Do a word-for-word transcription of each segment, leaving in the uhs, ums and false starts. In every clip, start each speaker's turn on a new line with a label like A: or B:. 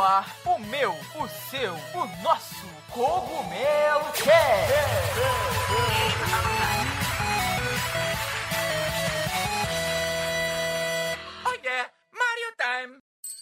A: ar o meu, o seu, o nosso Cogumelo Cast.
B: Oh yeah, Mario time!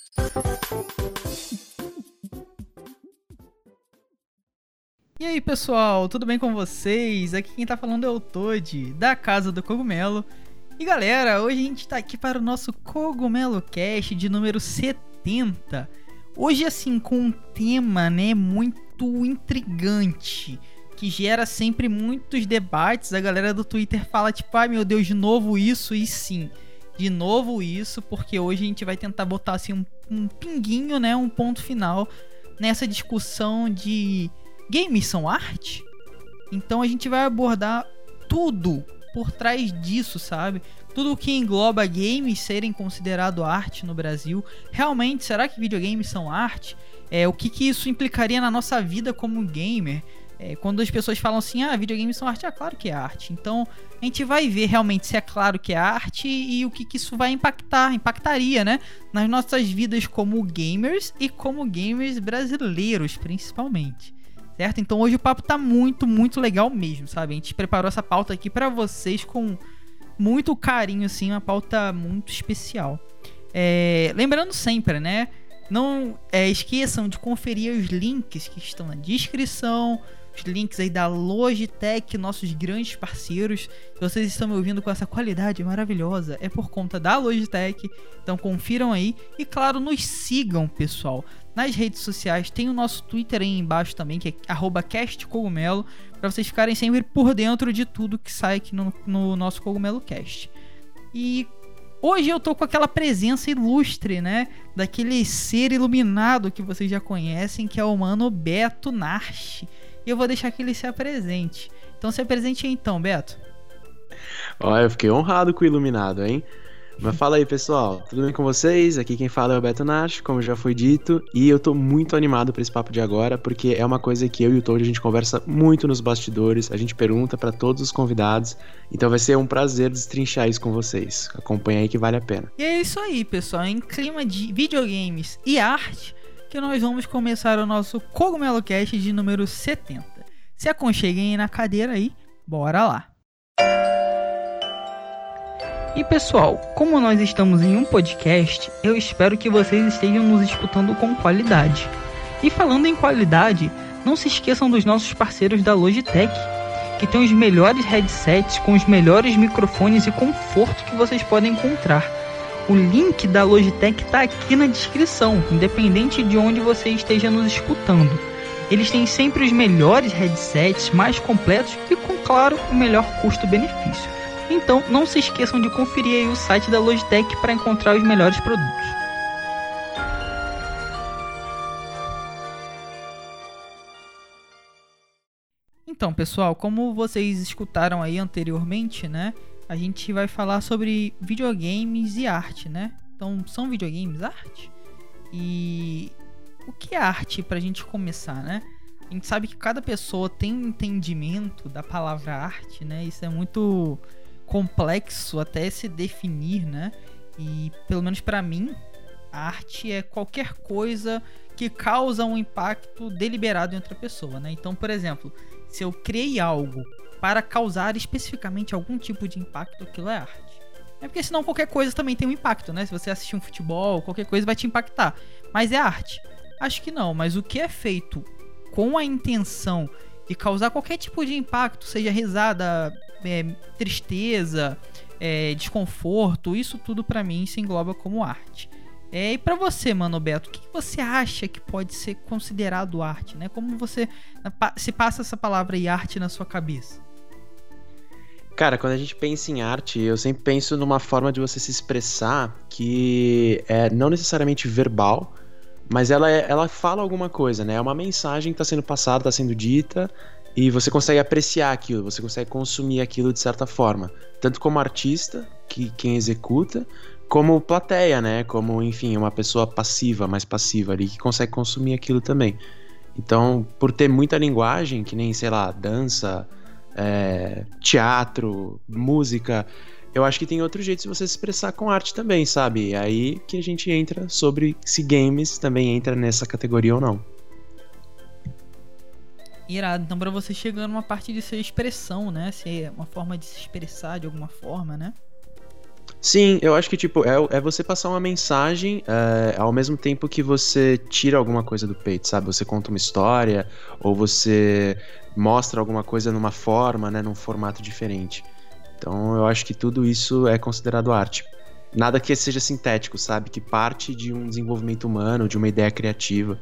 C: E aí pessoal, tudo bem com vocês? Aqui quem tá falando é o Toad, da Casa do Cogumelo. E galera, hoje a gente tá aqui para o nosso Cogumelo Cast de número setenta. Hoje assim, com um tema, né, muito intrigante, que gera sempre muitos debates. A galera do Twitter fala tipo, ai meu Deus, de novo isso, e sim, de novo isso, porque hoje a gente vai tentar botar assim um, um pinguinho, né, um ponto final nessa discussão de games são arte? Então a gente vai abordar tudo por trás disso, sabe? Tudo o que engloba games serem considerados arte no Brasil. Realmente, será que videogames são arte? É, o que, que isso implicaria na nossa vida como gamer? É, quando as pessoas falam assim, ah, videogames são arte, é claro que é arte. Então, a gente vai ver realmente se é claro que é arte e o que, que isso vai impactar, impactaria, né? Nas nossas vidas como gamers e como gamers brasileiros, principalmente. Certo? Então hoje o papo tá muito, muito legal mesmo, sabe? A gente preparou essa pauta aqui pra vocês com muito carinho, assim, uma pauta muito especial. É, lembrando sempre, né? Não é, esqueçam de conferir os links que estão na descrição, os links aí da Logitech, nossos grandes parceiros. Se vocês estão me ouvindo com essa qualidade maravilhosa, é por conta da Logitech. Então confiram aí e, claro, nos sigam, pessoal, nas redes sociais. Tem o nosso Twitter aí embaixo também, que é arroba castcogumelo, para vocês ficarem sempre por dentro de tudo que sai aqui no, no nosso Cogumelo Cast. E hoje eu tô com aquela presença ilustre, né, daquele ser iluminado que vocês já conhecem, que é o mano Beto Narchi. E eu vou deixar que ele se apresente. Então se apresente aí então, Beto.
D: Ó, eu fiquei honrado com o iluminado, hein? Mas fala aí, pessoal, tudo bem com vocês? Aqui quem fala é o Beto Nash, como já foi dito, e eu tô muito animado pra esse papo de agora, porque é uma coisa que eu e o Toad a gente conversa muito nos bastidores, a gente pergunta pra todos os convidados, então vai ser um prazer destrinchar isso com vocês. Acompanha aí que vale a pena.
C: E é isso aí, pessoal, em clima de videogames e arte, que nós vamos começar o nosso Cogumelo Cast de número setenta. Se aconcheguem aí na cadeira aí, bora lá! E pessoal, como nós estamos em um podcast, eu espero que vocês estejam nos escutando com qualidade. E falando em qualidade, não se esqueçam dos nossos parceiros da Logitech, que tem os melhores headsets com os melhores microfones e conforto que vocês podem encontrar. O link da Logitech está aqui na descrição, independente de onde você esteja nos escutando. Eles têm sempre os melhores headsets, mais completos e com, claro, o melhor custo-benefício. Então, não se esqueçam de conferir aí o site da Logitech para encontrar os melhores produtos. Então, pessoal, como vocês escutaram aí anteriormente, né? A gente vai falar sobre videogames e arte, né? Então, são videogames arte? E o que é arte pra gente começar, né? A gente sabe que cada pessoa tem um entendimento da palavra arte, né? Isso é muito complexo até se definir, né? E pelo menos pra mim, a arte é qualquer coisa que causa um impacto deliberado em outra pessoa, né? Então, por exemplo, se eu criei algo para causar especificamente algum tipo de impacto, aquilo é arte. É porque senão qualquer coisa também tem um impacto, né? Se você assistir um futebol, qualquer coisa vai te impactar. Mas é arte? Acho que não, mas o que é feito com a intenção de causar qualquer tipo de impacto, seja risada, é, tristeza, é, desconforto, isso tudo pra mim se engloba como arte. É, e pra você, mano Beto, o que você acha que pode ser considerado arte, né? Como você se passa essa palavra aí, arte, na sua cabeça?
D: Cara, quando a gente pensa em arte, eu sempre penso numa forma de você se expressar que é não necessariamente verbal, mas ela, é, ela fala alguma coisa, né? É uma mensagem que está sendo passada, está sendo dita, e você consegue apreciar aquilo, você consegue consumir aquilo de certa forma. Tanto como artista, que quem executa, como plateia, né? Como, enfim, uma pessoa passiva, mais passiva ali, que consegue consumir aquilo também. Então, por ter muita linguagem, que nem, sei lá, dança, é, teatro, música, eu acho que tem outro jeito de você se expressar com arte também, sabe? É aí que a gente entra sobre se games também entra nessa categoria ou não.
C: Irado. Então pra você chegar numa parte de ser expressão, né? Se é uma forma de se expressar de alguma forma, né?
D: Sim, eu acho que, tipo, é, é você passar uma mensagem é, ao mesmo tempo que você tira alguma coisa do peito, sabe? Você conta uma história ou você mostra alguma coisa numa forma, né? Num formato diferente. Então, eu acho que tudo isso é considerado arte. Nada que seja sintético, sabe? Que parte de um desenvolvimento humano, de uma ideia criativa.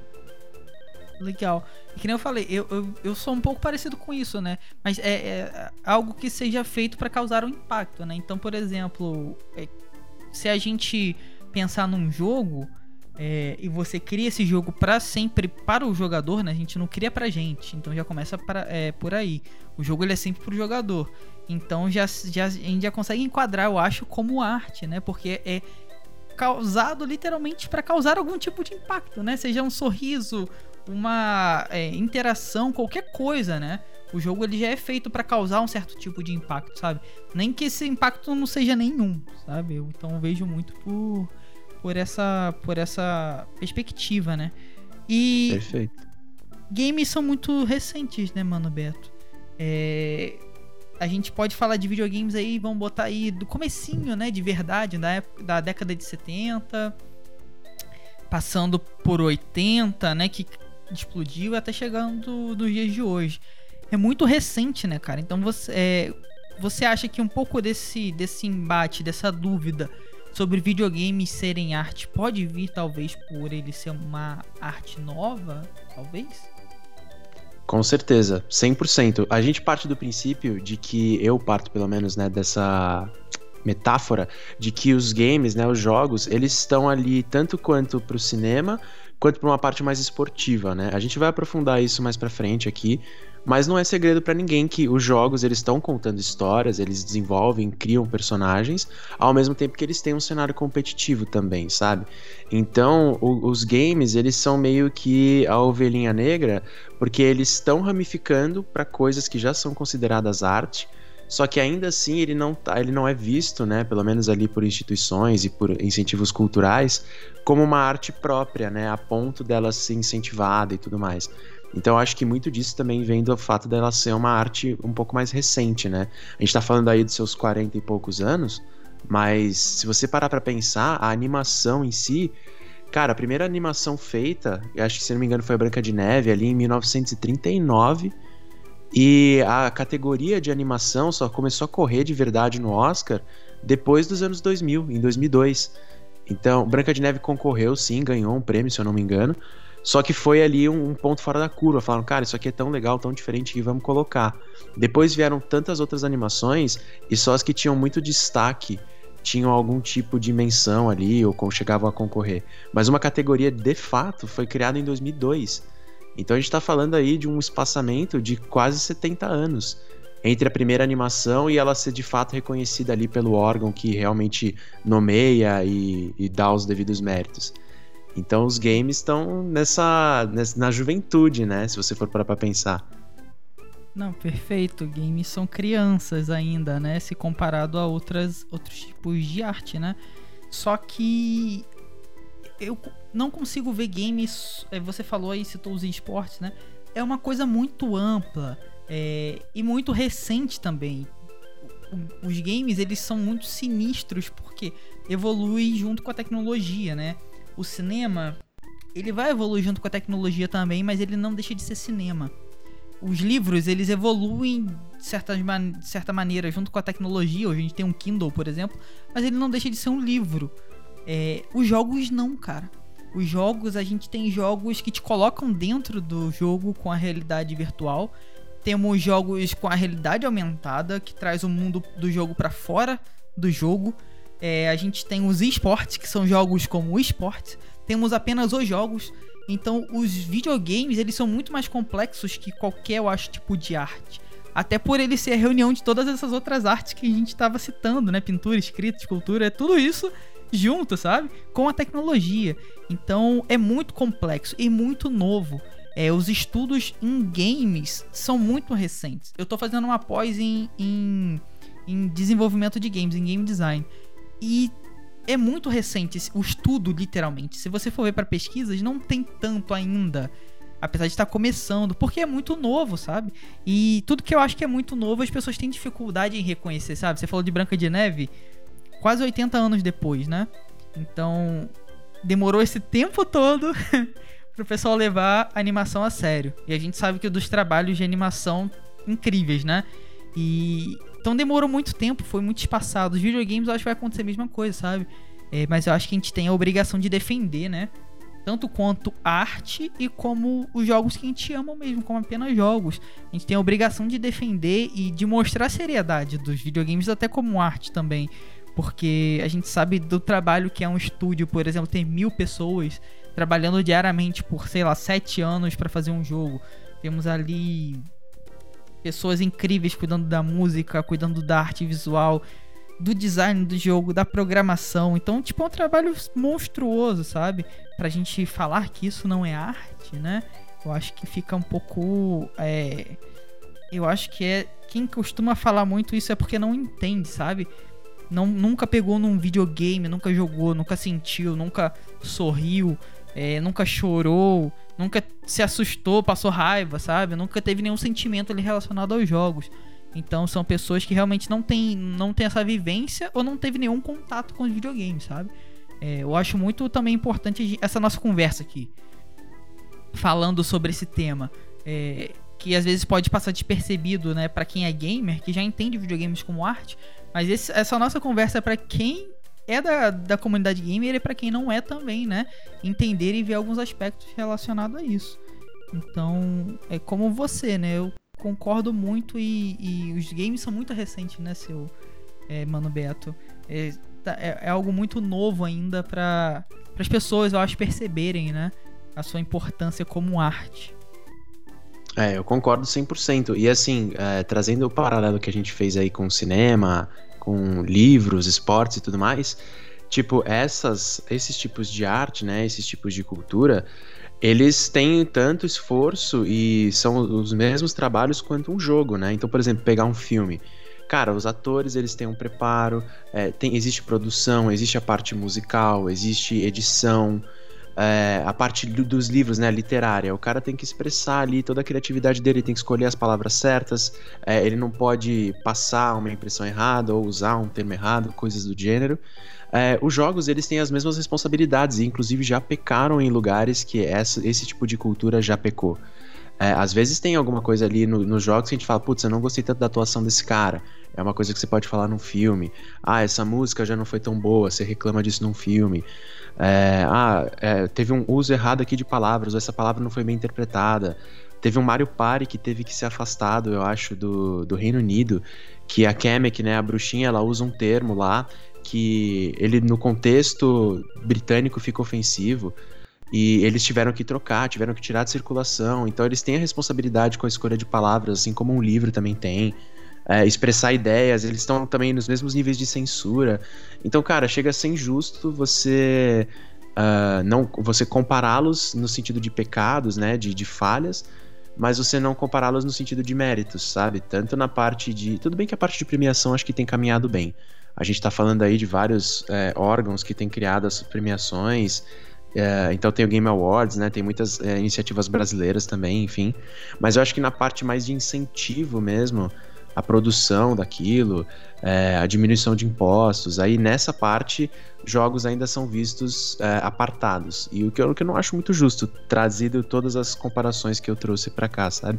C: Legal. E que nem eu falei, eu, eu, eu sou um pouco parecido com isso, né? Mas é, é algo que seja feito para causar um impacto, né? Então, por exemplo, é, se a gente pensar num jogo é, e você cria esse jogo para sempre para o jogador, né? A gente não cria pra gente. Então já começa pra, é, por aí. O jogo ele é sempre pro jogador. Então já, já, a gente já consegue enquadrar, eu acho, como arte, né? Porque é causado literalmente para causar algum tipo de impacto, né? Seja um sorriso, uma é, interação, qualquer coisa, né? O jogo ele já é feito para causar um certo tipo de impacto, sabe? Nem que esse impacto não seja nenhum, sabe? Eu, então eu vejo muito por, por, essa, por essa perspectiva, né? E
D: Perfeito.
C: Games são muito recentes, né, Mano Beto? É... A gente pode falar de videogames aí, vamos botar aí do comecinho, né, de verdade, da, época, da década de setenta, passando por oitenta, né, que explodiu, até chegando nos dias de hoje. É muito recente, né, cara? Então você, é, você acha que um pouco desse, desse embate, dessa dúvida sobre videogames serem arte, pode vir talvez por ele ser uma arte nova, talvez?
D: Com certeza, cem por cento. A gente parte do princípio de que, eu parto pelo menos, né, dessa metáfora de que os games, né, os jogos, eles estão ali tanto quanto pro cinema, quanto para uma parte mais esportiva, né? A gente vai aprofundar isso mais pra frente aqui, mas não é segredo pra ninguém que os jogos, eles estão contando histórias, eles desenvolvem, criam personagens, ao mesmo tempo que eles têm um cenário competitivo também, sabe? Então, o, os games, eles são meio que a ovelhinha negra, porque eles estão ramificando para coisas que já são consideradas arte, só que ainda assim ele não, tá, ele não é visto, né, pelo menos ali por instituições e por incentivos culturais, como uma arte própria, né, a ponto dela ser incentivada e tudo mais. Então eu acho que muito disso também vem do fato dela ser uma arte um pouco mais recente, né? A gente tá falando aí dos seus quarenta e poucos anos, mas se você parar pra pensar, a animação em si, cara, a primeira animação feita, eu acho que se não me engano foi a Branca de Neve, ali em mil novecentos e trinta e nove, e a categoria de animação só começou a correr de verdade no Oscar depois dos anos dois mil, em dois mil e dois. Então, Branca de Neve concorreu, sim, ganhou um prêmio, se eu não me engano, só que foi ali um, um ponto fora da curva. Falaram, cara, isso aqui é tão legal, tão diferente que vamos colocar. Depois vieram tantas outras animações e só as que tinham muito destaque tinham algum tipo de menção ali ou chegavam a concorrer. Mas uma categoria, de fato, foi criada em dois mil e dois. Então a gente tá falando aí de um espaçamento de quase setenta anos entre a primeira animação e ela ser de fato reconhecida ali pelo órgão que realmente nomeia e, e dá os devidos méritos. Então os games estão nessa, nessa na juventude, né? Se você for parar pra pensar.
C: Não, perfeito. Games são crianças ainda, né? Se comparado a outras, outros tipos de arte, né? Só que eu não consigo ver games... Você falou aí, citou os esportes, né? É uma coisa muito ampla é, e muito recente também. Os games, eles são muito sinistros porque evoluem junto com a tecnologia, né? O cinema, ele vai evoluir junto com a tecnologia também, mas ele não deixa de ser cinema. Os livros, eles evoluem de certa, de certa maneira junto com a tecnologia. Hoje a gente tem um Kindle, por exemplo, mas ele não deixa de ser um livro. É, os jogos não, cara. Os jogos, a gente tem jogos que te colocam dentro do jogo com a realidade virtual. Temos jogos com a realidade aumentada, que traz o mundo do jogo para fora do jogo. É, a gente tem os esportes, que são jogos como o esporte. Temos apenas os jogos. Então, os videogames, eles são muito mais complexos que qualquer, eu acho, tipo de arte. Até por ele ser a reunião de todas essas outras artes que a gente estava citando, né? Pintura, escrita, escultura, é tudo isso junto, sabe? Com a tecnologia. Então, é muito complexo e muito novo. É, os estudos em games são muito recentes. Eu tô fazendo uma pós em, em em desenvolvimento de games, em game design. E é muito recente o estudo, literalmente. Se você for ver para pesquisas, não tem tanto ainda, apesar de estar começando, porque é muito novo, sabe? E tudo que eu acho que é muito novo, as pessoas têm dificuldade em reconhecer, sabe? Você falou de Branca de Neve, quase oitenta anos depois, né? Então, demorou esse tempo todo pro pessoal levar a animação a sério. E a gente sabe que dos trabalhos de animação incríveis, né? E então demorou muito tempo, foi muito espaçado. Os videogames eu acho que vai acontecer a mesma coisa, sabe? É, mas eu acho que a gente tem a obrigação de defender, né? Tanto quanto arte e como os jogos que a gente ama mesmo, como apenas jogos. A gente tem a obrigação de defender e de mostrar a seriedade dos videogames, até como arte também. Porque a gente sabe do trabalho que é um estúdio, por exemplo, tem mil pessoas trabalhando diariamente por, sei lá, sete anos para fazer um jogo. Temos ali pessoas incríveis cuidando da música, cuidando da arte visual, do design do jogo, da programação. Então, tipo, é um trabalho monstruoso, sabe? Pra gente falar que isso não é arte, né? Eu acho que fica um pouco... É... Eu acho que é... Quem costuma falar muito isso é porque não entende, sabe? Não, nunca pegou num videogame, nunca jogou, nunca sentiu, nunca sorriu, é, nunca chorou, nunca se assustou, passou raiva, sabe? Nunca teve nenhum sentimento ali relacionado aos jogos. Então são pessoas que realmente não tem, não tem essa vivência ou não teve nenhum contato com os videogames, sabe? É, eu acho muito também importante essa nossa conversa aqui, falando sobre esse tema, é, que às vezes pode passar despercebido, né, pra quem é gamer, que já entende videogames como arte, mas esse, essa nossa conversa é pra quem é da, da comunidade gamer e pra quem não é também, né, entender e ver alguns aspectos relacionados a isso. Então, é como você, né, eu concordo muito e, e os games são muito recentes, né, seu é, Mano Beto. É, é, é algo muito novo ainda para as pessoas, eu acho, perceberem, né, a sua importância como arte.
D: É, eu concordo cem por cento. E assim, é, trazendo o paralelo que a gente fez aí com cinema, com livros, esportes e tudo mais, tipo, essas, esses tipos de arte, né, esses tipos de cultura, eles têm tanto esforço e são os mesmos trabalhos quanto um jogo, né? Então, por exemplo, pegar um filme. Cara, os atores, eles têm um preparo, é, tem, existe produção, existe a parte musical, existe edição, é, a parte do, dos livros, né, literária. O cara tem que expressar ali toda a criatividade dele, tem que escolher as palavras certas, é, ele não pode passar uma impressão errada ou usar um termo errado, coisas do gênero. É, os jogos, eles têm as mesmas responsabilidades e inclusive já pecaram em lugares que essa, esse tipo de cultura já pecou. É, às vezes tem alguma coisa ali no, nos jogos que a gente fala, putz, eu não gostei tanto da atuação desse cara. É uma coisa que você pode falar num filme. Ah, essa música já não foi tão boa, você reclama disso num filme. É, ah, é, teve um uso errado aqui de palavras, ou essa palavra não foi bem interpretada. Teve um Mario Party que teve que ser afastado, eu acho, do, do Reino Unido, que a Kamek, né, a bruxinha, ela usa um termo lá que ele no contexto britânico fica ofensivo e eles tiveram que trocar, tiveram que tirar de circulação. Então eles têm a responsabilidade com a escolha de palavras, assim como um livro também tem, é, expressar ideias, eles estão também nos mesmos níveis de censura. Então, cara, chega a ser injusto você uh, não você compará-los no sentido de pecados, né, de, de falhas, mas você não compará-los no sentido de méritos, sabe? Tanto na parte de... Tudo bem que a parte de premiação acho que tem caminhado bem. A gente tá falando aí de vários é, órgãos que têm criado as premiações, é, então tem o Game Awards, né, tem muitas é, iniciativas brasileiras também, enfim. Mas eu acho que na parte mais de incentivo mesmo, a produção daquilo, é, a diminuição de impostos, aí nessa parte, jogos ainda são vistos é, apartados. E o que, eu, o que eu não acho muito justo, trazido todas as comparações que eu trouxe pra cá, sabe?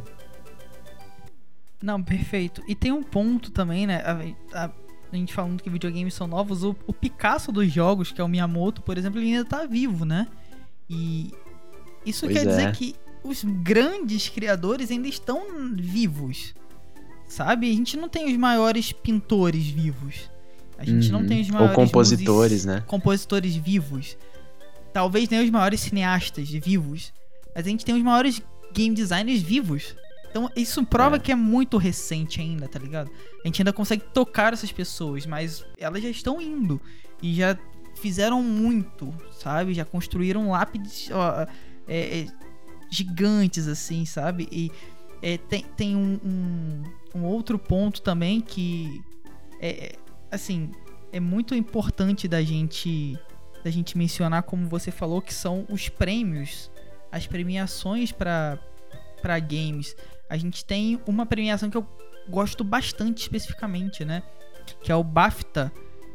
C: Não, perfeito. E tem um ponto também, né, a, a... a gente falando que videogames são novos, o, o Picasso dos jogos, que é o Miyamoto, por exemplo, ele ainda tá vivo, né? E isso
D: Pois
C: quer
D: é.
C: dizer que os grandes criadores ainda estão vivos, sabe? A gente não tem os maiores pintores vivos. A gente
D: Uhum.
C: não tem os
D: Ou
C: maiores
D: compositores,
C: music-
D: né?
C: compositores vivos. Talvez nem os maiores cineastas vivos. Mas a gente tem os maiores game designers vivos. Então isso prova
D: É.
C: que é muito recente ainda, tá ligado? A gente ainda consegue tocar essas pessoas, mas elas já estão indo. E já fizeram muito, sabe? Já construíram lápides ó, é, é, gigantes, assim, sabe? E é, tem, tem um, um, um outro ponto também que é, assim, é muito importante da gente, da gente mencionar, como você falou, que são os prêmios, as premiações para para games. A gente tem uma premiação que eu gosto bastante especificamente, né? Que é o BAFTA,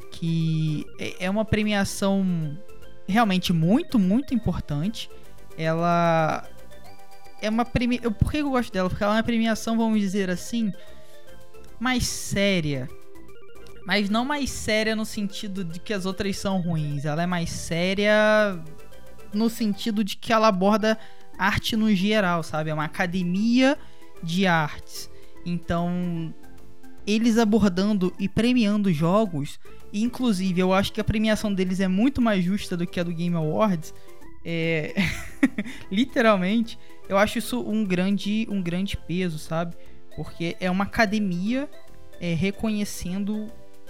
C: que é uma premiação realmente muito, muito importante. Ela é uma premiação... Por que eu gosto dela? Porque ela é uma premiação, vamos dizer assim, mais séria. Mas não mais séria no sentido de que as outras são ruins. Ela é mais séria no sentido de que ela aborda arte no geral, sabe? É uma academia de artes. Então, eles abordando e premiando jogos, e inclusive eu acho que a premiação deles é muito mais justa do que a do Game Awards. É... Literalmente, eu acho isso um grande, um grande peso, sabe? Porque é uma academia é, reconhecendo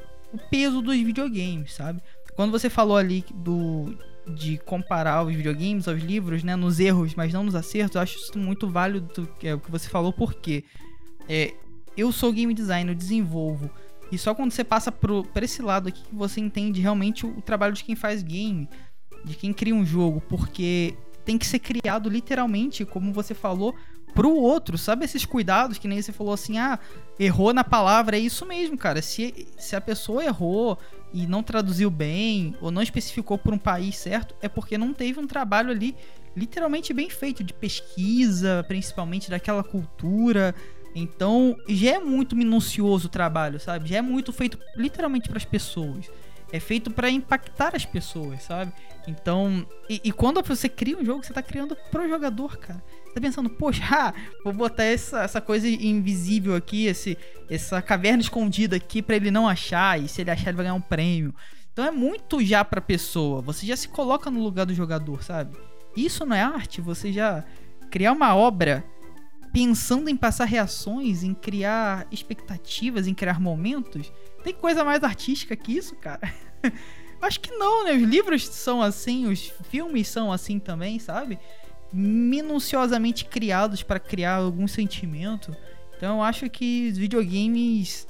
C: o peso dos videogames, sabe? Quando você falou ali do, de comparar os videogames aos livros, né, nos erros, mas não nos acertos, eu acho isso muito válido, é, o que você falou, porque é, eu sou game designer, eu desenvolvo, e só quando você passa por, por esse lado aqui que você entende realmente o, o trabalho de quem faz game, de quem cria um jogo, porque tem que ser criado literalmente, como você falou, pro outro, sabe? Esses cuidados que nem você falou assim, ah, errou na palavra, é isso mesmo, cara. Se, se a pessoa errou e não traduziu bem, ou não especificou por um país certo, é porque não teve um trabalho ali literalmente bem feito, de pesquisa, principalmente daquela cultura. Então, já é muito minucioso o trabalho, sabe? Já é muito feito literalmente para as pessoas. É feito pra impactar as pessoas, sabe? Então, e, e quando você cria um jogo, você tá criando pro jogador, cara. Você tá pensando, poxa, ah, vou botar essa, essa coisa invisível aqui, esse, essa caverna escondida aqui pra ele não achar, e se ele achar ele vai ganhar um prêmio. Então é muito já pra pessoa, você já se coloca no lugar do jogador, sabe? Isso não é arte, você já criar uma obra pensando em passar reações, em criar expectativas, em criar momentos. Tem coisa mais artística que isso, cara? Acho que não, né? Os livros são assim, os filmes são assim também, sabe? Minuciosamente criados para criar algum sentimento. Então eu acho que os videogames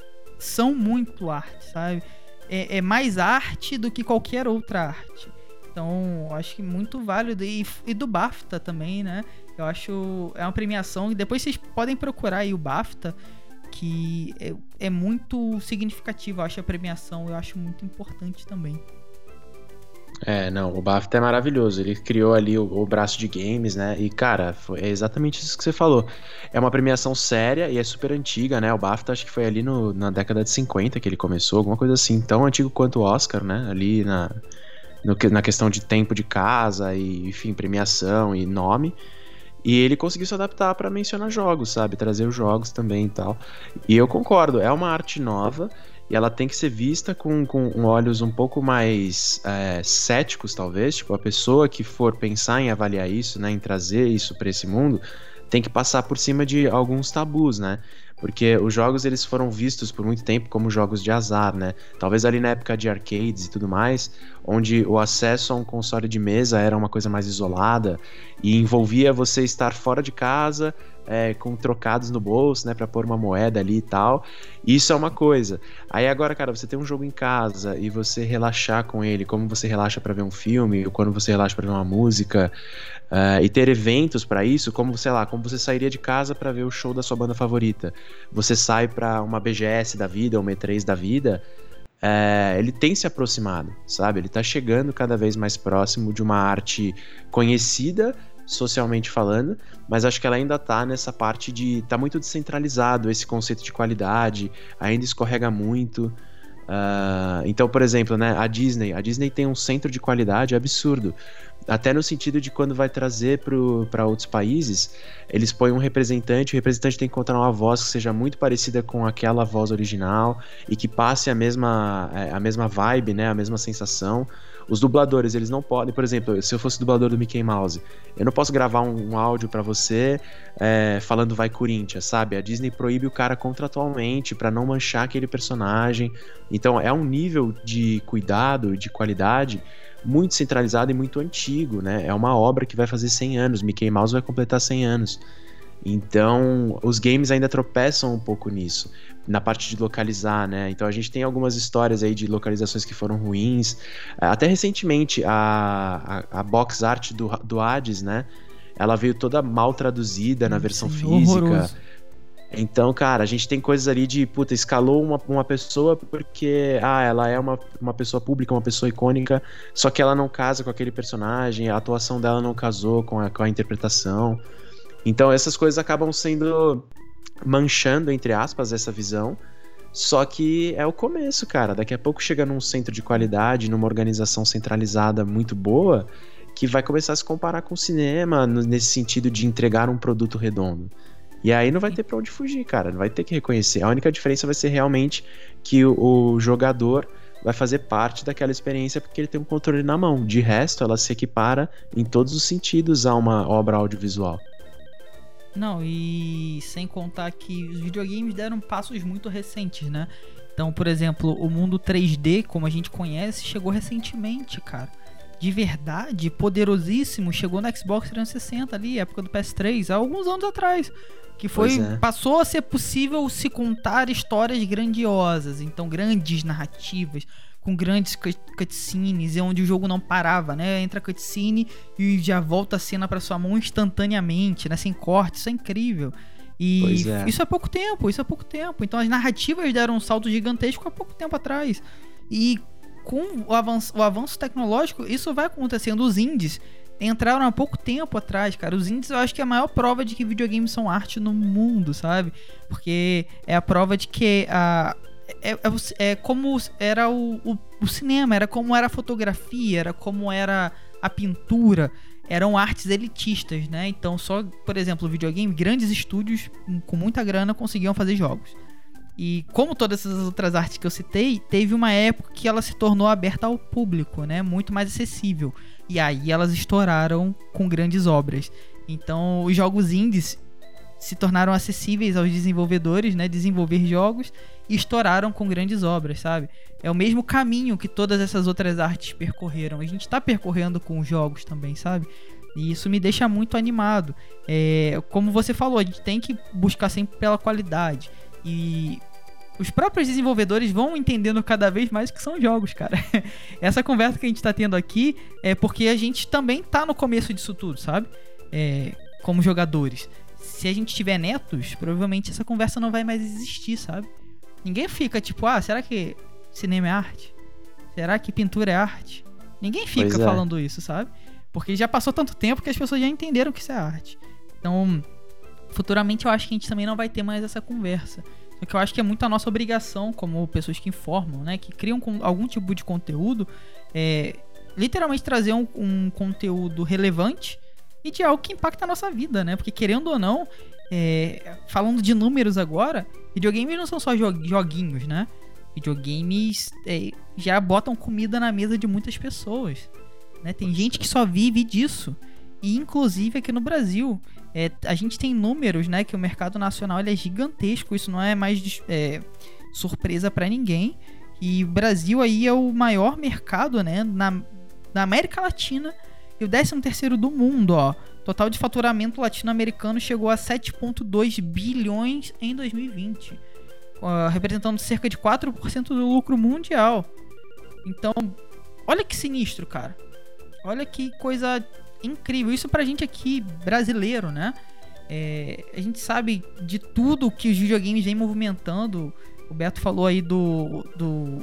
C: são muito arte, sabe? É, é mais arte do que qualquer outra arte. Então eu acho que muito válido. E, e do BAFTA também, né? Eu acho... É uma premiação. E depois vocês podem procurar aí o BAFTA, que é, é muito significativo. Eu acho a premiação, eu acho muito importante também.
D: É, não, o BAFTA é maravilhoso. Ele criou ali o, o braço de games, né? E, cara, foi, é exatamente isso que você falou. É uma premiação séria e é super antiga, né? O BAFTA acho que foi ali no, na década de cinquenta que ele começou, alguma coisa assim, tão antigo quanto o Oscar, né? Ali na, no, na questão de tempo de casa e, enfim, premiação e nome. E ele conseguiu se adaptar pra mencionar jogos, sabe? Trazer os jogos também e tal. E eu concordo, é uma arte nova e ela tem que ser vista com, com olhos um pouco mais é, céticos, talvez. Tipo, a pessoa que for pensar em avaliar isso, né? Em trazer isso pra esse mundo, tem que passar por cima de alguns tabus, né? Porque os jogos, eles foram vistos por muito tempo como jogos de azar, né? Talvez ali na época de arcades e tudo mais, onde o acesso a um console de mesa era uma coisa mais isolada e envolvia você estar fora de casa, é, com trocados no bolso, né? Pra pôr uma moeda ali e tal. Isso é uma coisa. Aí agora, cara, você tem um jogo em casa e você relaxar com ele, como você relaxa pra ver um filme, ou quando você relaxa pra ver uma música... Uh, e ter eventos pra isso, como, sei lá, como você sairia de casa pra ver o show da sua banda favorita. Você sai pra uma B G S da vida, uma E três da vida, uh, ele tem se aproximado, sabe? Ele tá chegando cada vez mais próximo de uma arte conhecida, socialmente falando, mas acho que ela ainda tá nessa parte de... tá muito descentralizado esse conceito de qualidade, ainda escorrega muito. Uh, então, por exemplo, né, a Disney, a Disney tem um centro de qualidade absurdo. Até no sentido de quando vai trazer para outros países, eles põem um representante, o representante tem que encontrar uma voz que seja muito parecida com aquela voz original e que passe a mesma, a mesma vibe, né, a mesma sensação. Os dubladores, eles não podem, por exemplo, se eu fosse dublador do Mickey Mouse, eu não posso gravar um, um áudio pra você é, falando vai Corinthians, sabe? A Disney proíbe o cara contratualmente pra não manchar aquele personagem. Então é um nível de cuidado, de qualidade muito centralizado e muito antigo, né? É uma obra que vai fazer cem anos, Mickey Mouse vai completar cem anos. Então, os games ainda tropeçam um pouco nisso, na parte de localizar, né? Então a gente tem algumas histórias aí de localizações que foram ruins. Até recentemente, a, a, a box art do, do Hades, né? Ela veio toda mal traduzida na versão
C: Sim,
D: física.
C: horroroso.
D: Então, cara, a gente tem coisas ali de, puta, escalou uma, uma pessoa porque, ah, ela é uma, uma pessoa pública, uma pessoa icônica, só que ela não casa com aquele personagem, a atuação dela não casou com a, com a interpretação. Então, essas coisas acabam sendo, manchando, entre aspas, essa visão, só que é o começo, cara. Daqui a pouco chega num centro de qualidade, numa organização centralizada muito boa, que vai começar a se comparar com o cinema, nesse sentido de entregar um produto redondo. E aí não vai ter pra onde fugir, cara. Não vai ter que reconhecer. A única diferença vai ser realmente que o, o jogador vai fazer parte daquela experiência porque ele tem um controle na mão. De resto, ela se equipara em todos os sentidos a uma obra audiovisual.
C: Não, e sem contar que os videogames deram passos muito recentes, né? Então, por exemplo, o mundo três D, como a gente conhece, chegou recentemente, cara. De verdade, poderosíssimo, chegou no Xbox trezentos e sessenta ali, época do P S três, há alguns anos atrás. Que foi,
D: é.
C: passou a ser possível se contar histórias grandiosas, então grandes narrativas, com grandes cutscenes, onde o jogo não parava, né? Entra a cutscene e já volta a cena pra sua mão instantaneamente, né? Sem corte, isso é incrível. E
D: é.
C: isso há pouco tempo, isso há pouco tempo. Então as narrativas deram um salto gigantesco há pouco tempo atrás. E com o avanço, o avanço tecnológico, isso vai acontecendo. Os indies entraram há pouco tempo atrás, cara. Os indies eu acho que é a maior prova de que videogames são arte no mundo, sabe? Porque é a prova de que a... É, é, é como era o, o, o cinema, era como era a fotografia, era como era a pintura. Eram artes elitistas, né? Então só, por exemplo, o videogame, grandes estúdios com muita grana conseguiam fazer jogos. E como todas essas outras artes que eu citei, teve uma época que ela se tornou aberta ao público, né? Muito mais acessível. E aí elas estouraram com grandes obras. Então os jogos indies se tornaram acessíveis aos desenvolvedores, né? Desenvolver jogos e estouraram com grandes obras, sabe? É o mesmo caminho que todas essas outras artes percorreram. A gente tá percorrendo com os jogos também, sabe? E isso me deixa muito animado. É, como você falou, a gente tem que buscar sempre pela qualidade. E os próprios desenvolvedores vão entendendo cada vez mais que são jogos, cara. Essa conversa que a gente tá tendo aqui é porque a gente também tá no começo disso tudo, sabe? É, como jogadores. Se a gente tiver netos, provavelmente essa conversa não vai mais existir, sabe? Ninguém fica tipo, ah, será que cinema é arte? Será que pintura é arte? Ninguém fica
D: é.
C: falando isso, sabe? Porque já passou tanto tempo que as pessoas já entenderam que isso é arte. Então, futuramente eu acho que a gente também não vai ter mais essa conversa. Só que eu acho que é muito a nossa obrigação, como pessoas que informam, né? Que criam algum tipo de conteúdo, é, literalmente trazer um, um conteúdo relevante e de algo que impacta a nossa vida, né? Porque querendo ou não, é, falando de números agora, videogames não são só joguinhos, né? Videogames é, já botam comida na mesa de muitas pessoas, né? Tem gente que só vive disso. E inclusive aqui no Brasil, é, a gente tem números, né? Que o mercado nacional ele é gigantesco. Isso não é mais é, surpresa pra ninguém. E o Brasil aí é o maior mercado, né? Na, na América Latina. E o décimo terceiro do mundo, ó. Total de faturamento latino-americano chegou a sete vírgula dois bilhões em dois mil e vinte. Uh, representando cerca de quatro por cento do lucro mundial. Então, olha que sinistro, cara. Olha que coisa incrível. Isso pra gente aqui, brasileiro, né? É, a gente sabe de tudo que os videogames vêm movimentando. O Beto falou aí do, do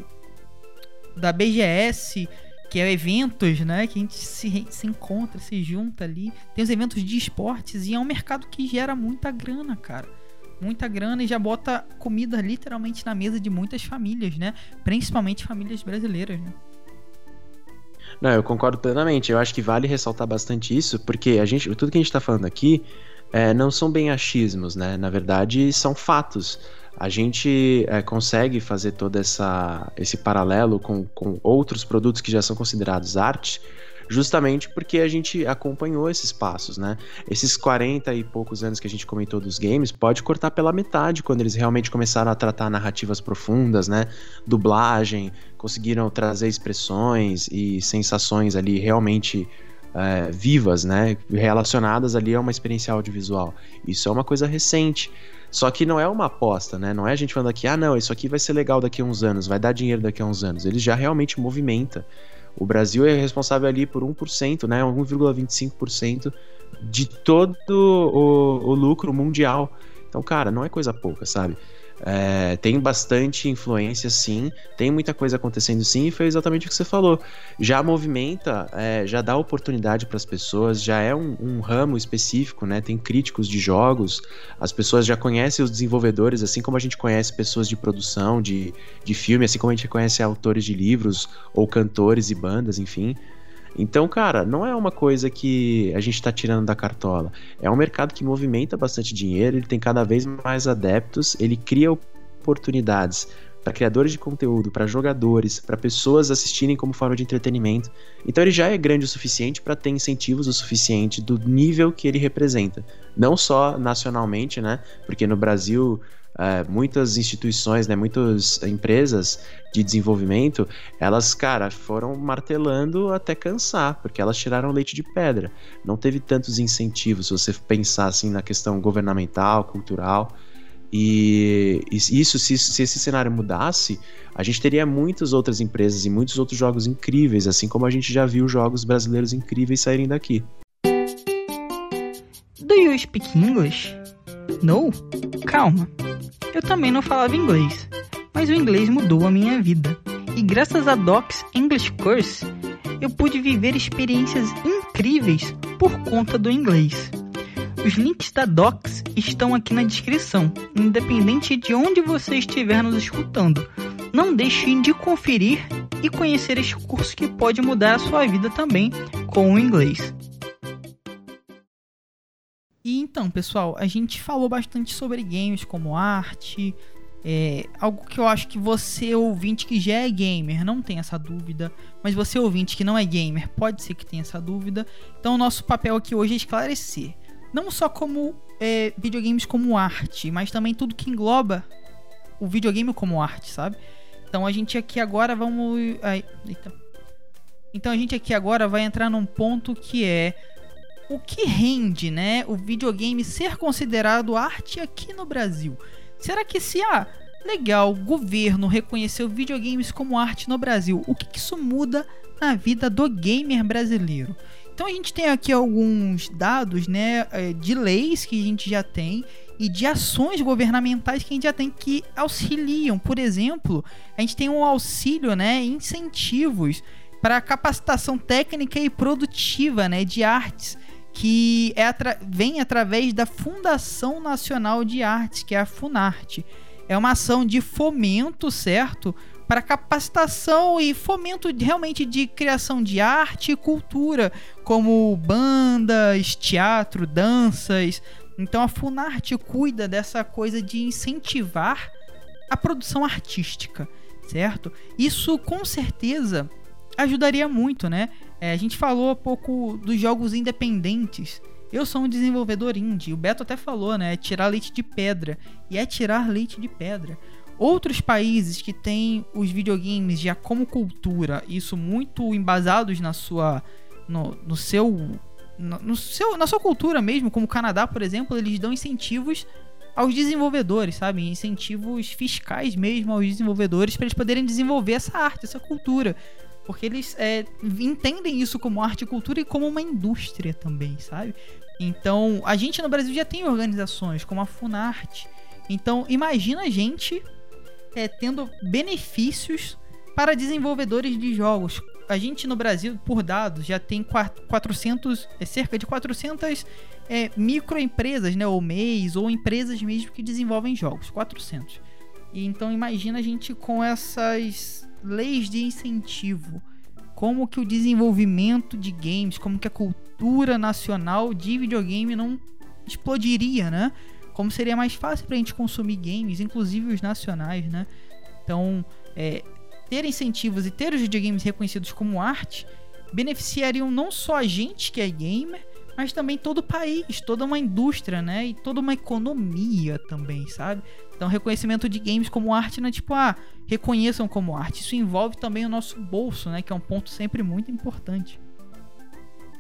C: da B G S, que é eventos, né? Que a gente se, se encontra, se junta ali. Tem os eventos de esportes e é um mercado que gera muita grana, cara. Muita grana e já bota comida literalmente na mesa de muitas famílias, né? Principalmente famílias brasileiras, né?
D: Não, eu concordo plenamente. Eu acho que vale ressaltar bastante isso, porque a gente, tudo que a gente tá falando aqui é, não são bem achismos, né? Na verdade, são fatos. A gente é, consegue fazer todo essa, esse paralelo com, com outros produtos que já são considerados arte, justamente porque a gente acompanhou esses passos, né? Esses quarenta e poucos anos que a gente comentou dos games, pode cortar pela metade quando eles realmente começaram a tratar narrativas profundas, né? Dublagem, conseguiram trazer expressões e sensações ali realmente é, vivas, né? Relacionadas ali a uma experiência audiovisual. Isso é uma coisa recente. Só que não é uma aposta, né? Não é a gente falando aqui, ah, não, isso aqui vai ser legal daqui a uns anos, vai dar dinheiro daqui a uns anos. Ele já realmente movimenta. O Brasil é responsável ali por um por cento, né? um vírgula vinte e cinco por cento de todo o, o lucro mundial. Então, cara, não é coisa pouca, sabe? É, tem bastante influência, sim, tem muita coisa acontecendo, sim, e foi exatamente o que você falou. Já movimenta, é, já dá oportunidade para as pessoas, já é um, um ramo específico, né? Tem críticos de jogos, as pessoas já conhecem os desenvolvedores, assim como a gente conhece pessoas de produção, de, de filme, assim como a gente conhece autores de livros, ou cantores e bandas, enfim. Então, cara, não é uma coisa que a gente tá tirando da cartola. É um mercado que movimenta bastante dinheiro, ele tem cada vez mais adeptos, ele cria oportunidades para criadores de conteúdo, para jogadores, para pessoas assistirem como forma de entretenimento. Então ele já é grande o suficiente para ter incentivos o suficiente do nível que ele representa. Não só nacionalmente, né? Porque no Brasil... Uh, muitas instituições, né, muitas empresas de desenvolvimento, elas, cara, foram martelando até cansar, porque elas tiraram leite de pedra. Não teve tantos incentivos, se você pensar assim na questão governamental, cultural. E isso, se, se esse cenário mudasse, a gente teria muitas outras empresas e muitos outros jogos incríveis, assim como a gente já viu jogos brasileiros incríveis saírem daqui.
C: Do you speak English? No? Calma. Eu também não falava inglês, mas o inglês mudou a minha vida. E graças a Docs English Course, eu pude viver experiências incríveis por conta do inglês. Os links da Docs estão aqui na descrição, independente de onde você estiver nos escutando. Não deixe de conferir e conhecer este curso que pode mudar a sua vida também com o inglês. E então, pessoal, a gente falou bastante sobre games como arte, é, algo que eu acho que você, ouvinte que já é gamer, não tem essa dúvida, mas você, ouvinte que não é gamer, pode ser que tenha essa dúvida. Então o nosso papel aqui hoje é esclarecer, não só como é, videogames como arte, mas também tudo que engloba o videogame como arte, sabe? Então a gente aqui agora vamos... Ai, eita. Então a gente aqui agora vai entrar num ponto que é o que rende, né, o videogame ser considerado arte aqui no Brasil. Será que se, ah, legal, o governo reconheceu videogames como arte no Brasil, o que, que isso muda na vida do gamer brasileiro? Então a gente tem aqui alguns dados, né, de leis que a gente já tem e de ações governamentais que a gente já tem que auxiliam. Por exemplo, a gente tem um auxílio, né, incentivos para capacitação técnica e produtiva, né, de artes, que é atra- vem através da Fundação Nacional de Artes, que é a Funarte. É uma ação de fomento, certo? Para capacitação e fomento de, realmente de criação de arte e cultura, como bandas, teatro, danças. Então a Funarte cuida dessa coisa de incentivar a produção artística, certo? Isso com certeza ajudaria muito, né? É, a gente falou há pouco dos jogos independentes. Eu sou um desenvolvedor indie. O Beto até falou, né? É tirar leite de pedra. E é tirar leite de pedra. Outros países que têm os videogames já como cultura, isso muito embasados na sua, no, no seu, no, no seu, na sua cultura mesmo, como o Canadá, por exemplo, eles dão incentivos aos desenvolvedores, sabe? Incentivos fiscais mesmo aos desenvolvedores para eles poderem desenvolver essa arte, essa cultura. Porque eles é, entendem isso como arte e cultura e como uma indústria também, sabe? Então, a gente no Brasil já tem organizações como a Funarte. Então, imagina a gente é, tendo benefícios para desenvolvedores de jogos. A gente no Brasil, por dados, já tem quatrocentos, é, cerca de quatrocentas é, microempresas, né? Ou M E Is, ou empresas mesmo que desenvolvem jogos. quatrocentos. E, então, imagina a gente com essas leis de incentivo, como que o desenvolvimento de games, como que a cultura nacional de videogame não explodiria, né? Como seria mais fácil pra gente consumir games, inclusive os nacionais, né? Então, é, ter incentivos e ter os videogames reconhecidos como arte beneficiariam não só a gente que é gamer, mas também todo o país, toda uma indústria, né? E toda uma economia também, sabe? Então, reconhecimento de games como arte não é tipo, ah, reconheçam como arte. Isso envolve também o nosso bolso, né? Que é um ponto sempre muito importante.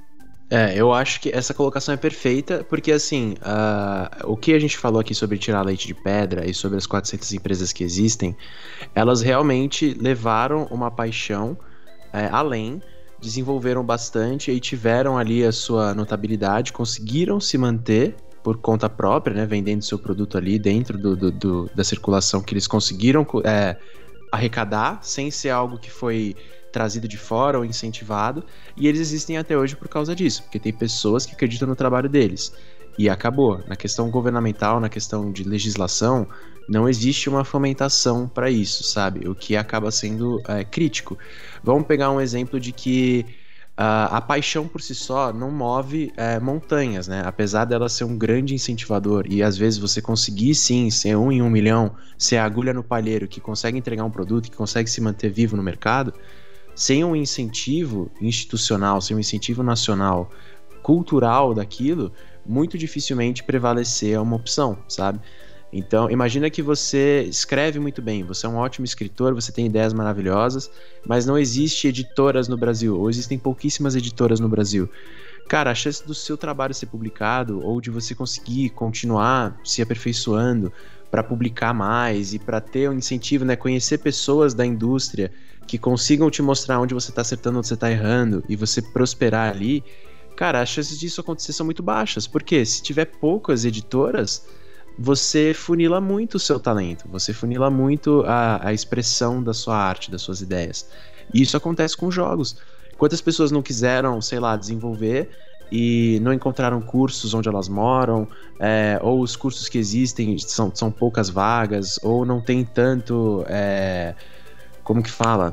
D: É, eu acho que essa colocação é perfeita, porque assim, uh, o que a gente falou aqui sobre tirar leite de pedra e sobre as quatrocentas empresas que existem, elas realmente levaram uma paixão é, além, desenvolveram bastante e tiveram ali a sua notabilidade, conseguiram se manter por conta própria, né, vendendo seu produto ali dentro do, do, do, da circulação que eles conseguiram é, arrecadar, sem ser algo que foi trazido de fora ou incentivado, e eles existem até hoje por causa disso, porque tem pessoas que acreditam no trabalho deles. E acabou. Na questão governamental, na questão de legislação, não existe uma fomentação para isso, sabe? O que acaba sendo é, crítico. Vamos pegar um exemplo de que uh, a paixão por si só não move é, montanhas, né? Apesar dela ser um grande incentivador e às vezes você conseguir sim ser um em um milhão, ser a agulha no palheiro que consegue entregar um produto, que consegue se manter vivo no mercado, sem um incentivo institucional, sem um incentivo nacional, cultural daquilo, muito dificilmente prevalecer é uma opção, sabe? Então, imagina que você escreve muito bem, você é um ótimo escritor, você tem ideias maravilhosas, mas não existe editoras no Brasil, ou existem pouquíssimas editoras no Brasil. Cara, a chance do seu trabalho ser publicado, ou de você conseguir continuar se aperfeiçoando para publicar mais e para ter um incentivo, né, conhecer pessoas da indústria que consigam te mostrar onde você tá acertando, onde você tá errando, e você prosperar ali, cara, as chances disso acontecer são muito baixas. Porque se tiver poucas editoras, você funila muito o seu talento, você funila muito a, a expressão da sua arte, das suas ideias. E isso acontece com jogos. Quantas pessoas não quiseram, sei lá, desenvolver e não encontraram cursos onde elas moram, é, ou os cursos que existem são, são poucas vagas, ou não tem tanto... É, como que fala?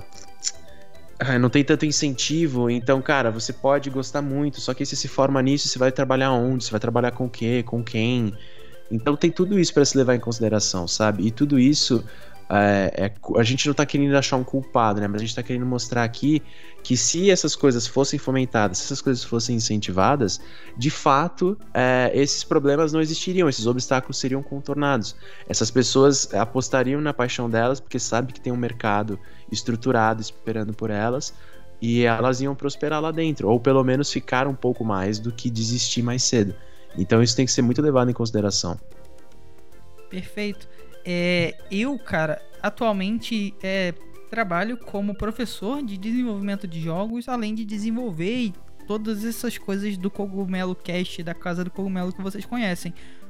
D: Não tem tanto incentivo, então, cara, você pode gostar muito, só que se se forma nisso, você vai trabalhar onde? Você vai trabalhar com o quê? Com quem? Então tem tudo isso para se levar em consideração, sabe? E tudo isso, é, é, a gente não tá querendo achar um culpado, né? Mas a gente tá querendo mostrar aqui que se essas coisas fossem fomentadas, se essas coisas fossem incentivadas, de fato, é, esses problemas não existiriam, esses obstáculos seriam contornados. Essas pessoas apostariam na paixão delas porque sabem que tem um mercado estruturado esperando por elas e elas iam prosperar lá dentro, ou pelo menos ficar um pouco mais do que desistir mais cedo. Então isso tem que ser muito levado em consideração.
C: Perfeito. É, eu, cara, atualmente é, trabalho como professor de desenvolvimento de jogos, além de desenvolver e todas essas coisas do Cogumelo Cast, da Casa do Cogumelo que vocês conhecem.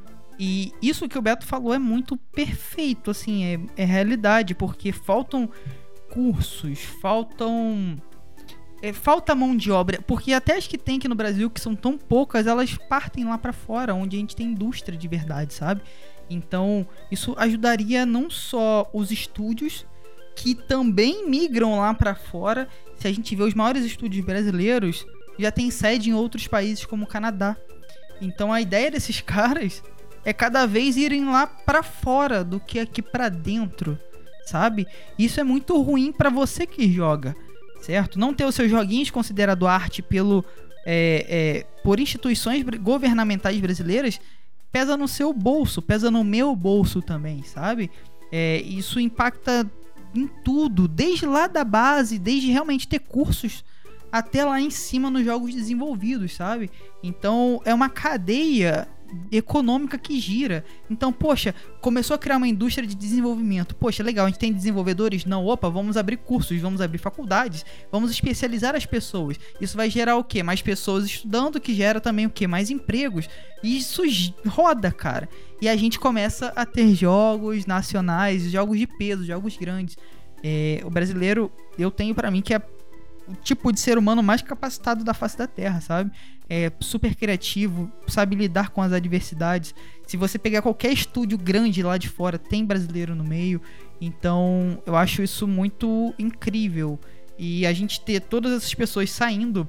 C: E isso que o Beto falou é muito perfeito, assim, é, é realidade, porque faltam cursos, faltam... É, falta mão de obra, porque até as que tem aqui no Brasil, que são tão poucas, elas partem lá pra fora, onde a gente tem indústria de verdade, sabe? Então, isso ajudaria não só os estúdios, que também migram lá pra fora. Se a gente vê os maiores estúdios brasileiros, já tem sede em outros países como o Canadá. Então, a ideia desses caras é cada vez irem lá pra fora do que aqui pra dentro, sabe? Isso é muito ruim pra você que joga, certo? Não ter os seus joguinhos considerado arte pelo, é, é, por instituições governamentais brasileiras pesa no seu bolso, pesa no meu bolso também, sabe? É, isso impacta em tudo, desde lá da base, desde realmente ter cursos até lá em cima nos jogos desenvolvidos, sabe? Então é uma cadeia econômica que gira. Então, poxa, começou a criar uma indústria de desenvolvimento. Poxa, legal, a gente tem desenvolvedores? Não, opa, vamos abrir cursos, vamos abrir faculdades, vamos especializar as pessoas. Isso vai gerar o quê? Mais pessoas estudando, que gera também o quê? Mais empregos. E isso roda, cara. E a gente começa a ter jogos nacionais, jogos de peso, jogos grandes. É, o brasileiro, eu tenho pra mim que é o tipo de ser humano mais capacitado da face da Terra, sabe? É super criativo, sabe lidar com as adversidades. Se você pegar qualquer estúdio grande lá de fora, tem brasileiro no meio. Então, eu acho isso muito incrível. E a gente ter todas essas pessoas saindo,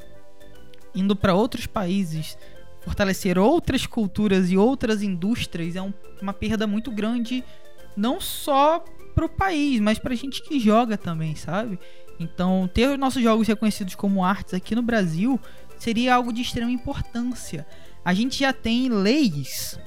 C: indo para outros países, fortalecer outras culturas e outras indústrias é um, uma perda muito grande, não só pro país, mas pra gente que joga também, sabe? Então, ter os nossos jogos reconhecidos como artes aqui no Brasil seria algo de extrema importância. A gente já tem leis,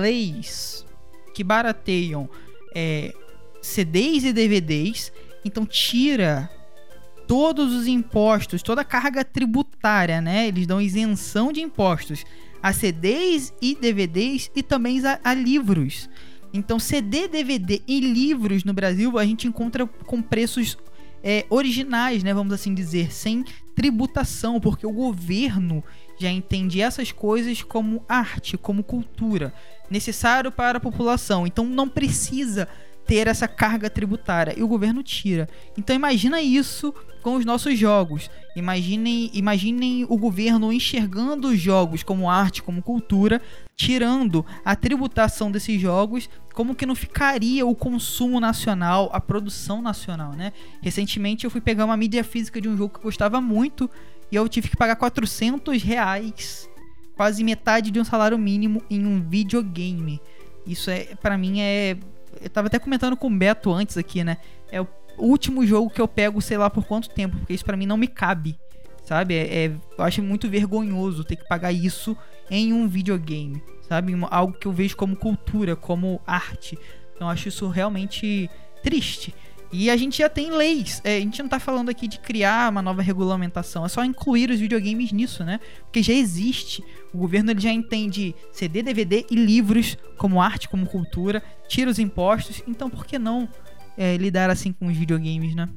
C: leis que barateiam é, C Ds e D V Ds, então tira todos os impostos, toda a carga tributária, né? Eles dão isenção de impostos a C Ds e D V Ds e também a, a livros. Então, C D, D V D e livros no Brasil a gente encontra com preços é, originais, né? Vamos assim dizer, sem tributação, porque o governo já entende essas coisas como arte, como cultura, necessário para a população. Então, não precisa ter essa carga tributária e o governo tira. Então imagina isso com os nossos jogos. Imaginem, imaginem o governo enxergando os jogos como arte, como cultura, tirando a tributação desses jogos, como que não ficaria o consumo nacional, a produção nacional, né? Recentemente eu fui pegar uma mídia física de um jogo que eu gostava muito e eu tive que pagar quatrocentos reais, quase metade de um salário mínimo em um videogame. Isso é, pra mim é... Eu tava até comentando com o Beto antes aqui, né? É o último jogo que eu pego, sei lá por quanto tempo, porque isso pra mim não me cabe, sabe? É, é, eu acho muito vergonhoso ter que pagar isso em um videogame, sabe? Algo que eu vejo como cultura, como arte. Então eu acho isso realmente triste. E a gente já tem leis, é, a gente não tá falando aqui de criar uma nova regulamentação, é só incluir os videogames nisso, né? Porque já existe, o governo ele já entende C D, D V D e livros como arte, como cultura, tira os impostos, então por que não é, lidar assim com os videogames, né?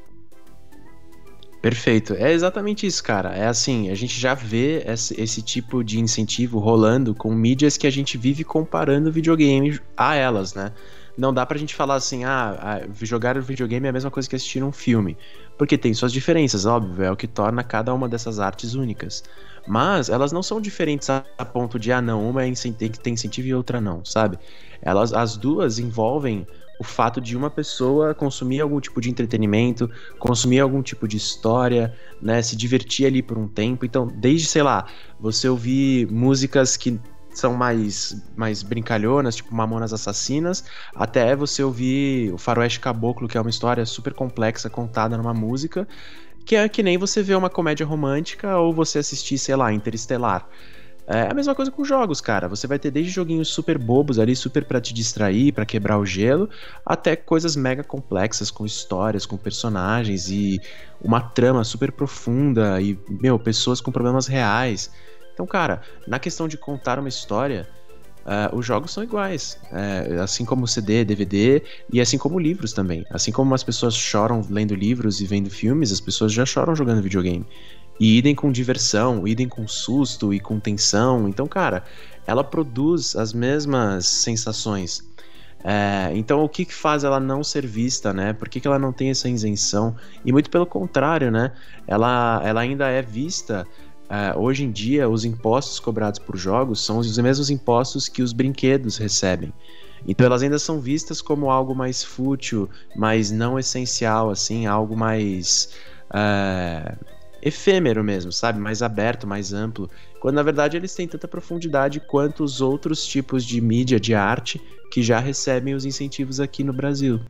D: Perfeito, é exatamente isso, cara. É assim, a gente já vê esse, esse tipo de incentivo rolando com mídias que a gente vive comparando videogames a elas, né? Não dá pra gente falar assim, ah, jogar o videogame é a mesma coisa que assistir um filme. Porque tem suas diferenças, óbvio, é o que torna cada uma dessas artes únicas. Mas elas não são diferentes a ponto de, ah, não, uma tem que ter incentivo e outra não, sabe? Elas, as duas envolvem o fato de uma pessoa consumir algum tipo de entretenimento, consumir algum tipo de história, né, se divertir ali por um tempo. Então, desde, sei lá, você ouvir músicas que são mais, mais brincalhonas, tipo Mamonas Assassinas, até você ouvir o Faroeste Caboclo, que é uma história super complexa contada numa música, que é que nem você ver uma comédia romântica ou você assistir, sei lá, Interestelar. É a mesma coisa com jogos, cara. Você vai ter desde joguinhos super bobos ali, super pra te distrair, pra quebrar o gelo, até coisas mega complexas, com histórias, com personagens e uma trama super profunda e, meu, pessoas com problemas reais. Então, cara, na questão de contar uma história, uh, os jogos são iguais. Uh, assim como o C D, D V D e assim como livros também. Assim como as pessoas choram lendo livros e vendo filmes, as pessoas já choram jogando videogame. E idem com diversão, idem com susto e com tensão. Então, cara, ela produz as mesmas sensações. É, então, o que, que faz ela não ser vista, né? Por que, que ela não tem essa isenção? E muito pelo contrário, né? Ela, ela ainda é vista... Uh, hoje em dia, os impostos cobrados por jogos são os mesmos impostos que os brinquedos recebem. Então elas ainda são vistas como algo mais fútil, mais não essencial, assim, algo mais uh, efêmero mesmo, sabe? Mais aberto, mais amplo. Quando na verdade eles têm tanta profundidade quanto os outros tipos de mídia, de arte, que já recebem os incentivos aqui no Brasil.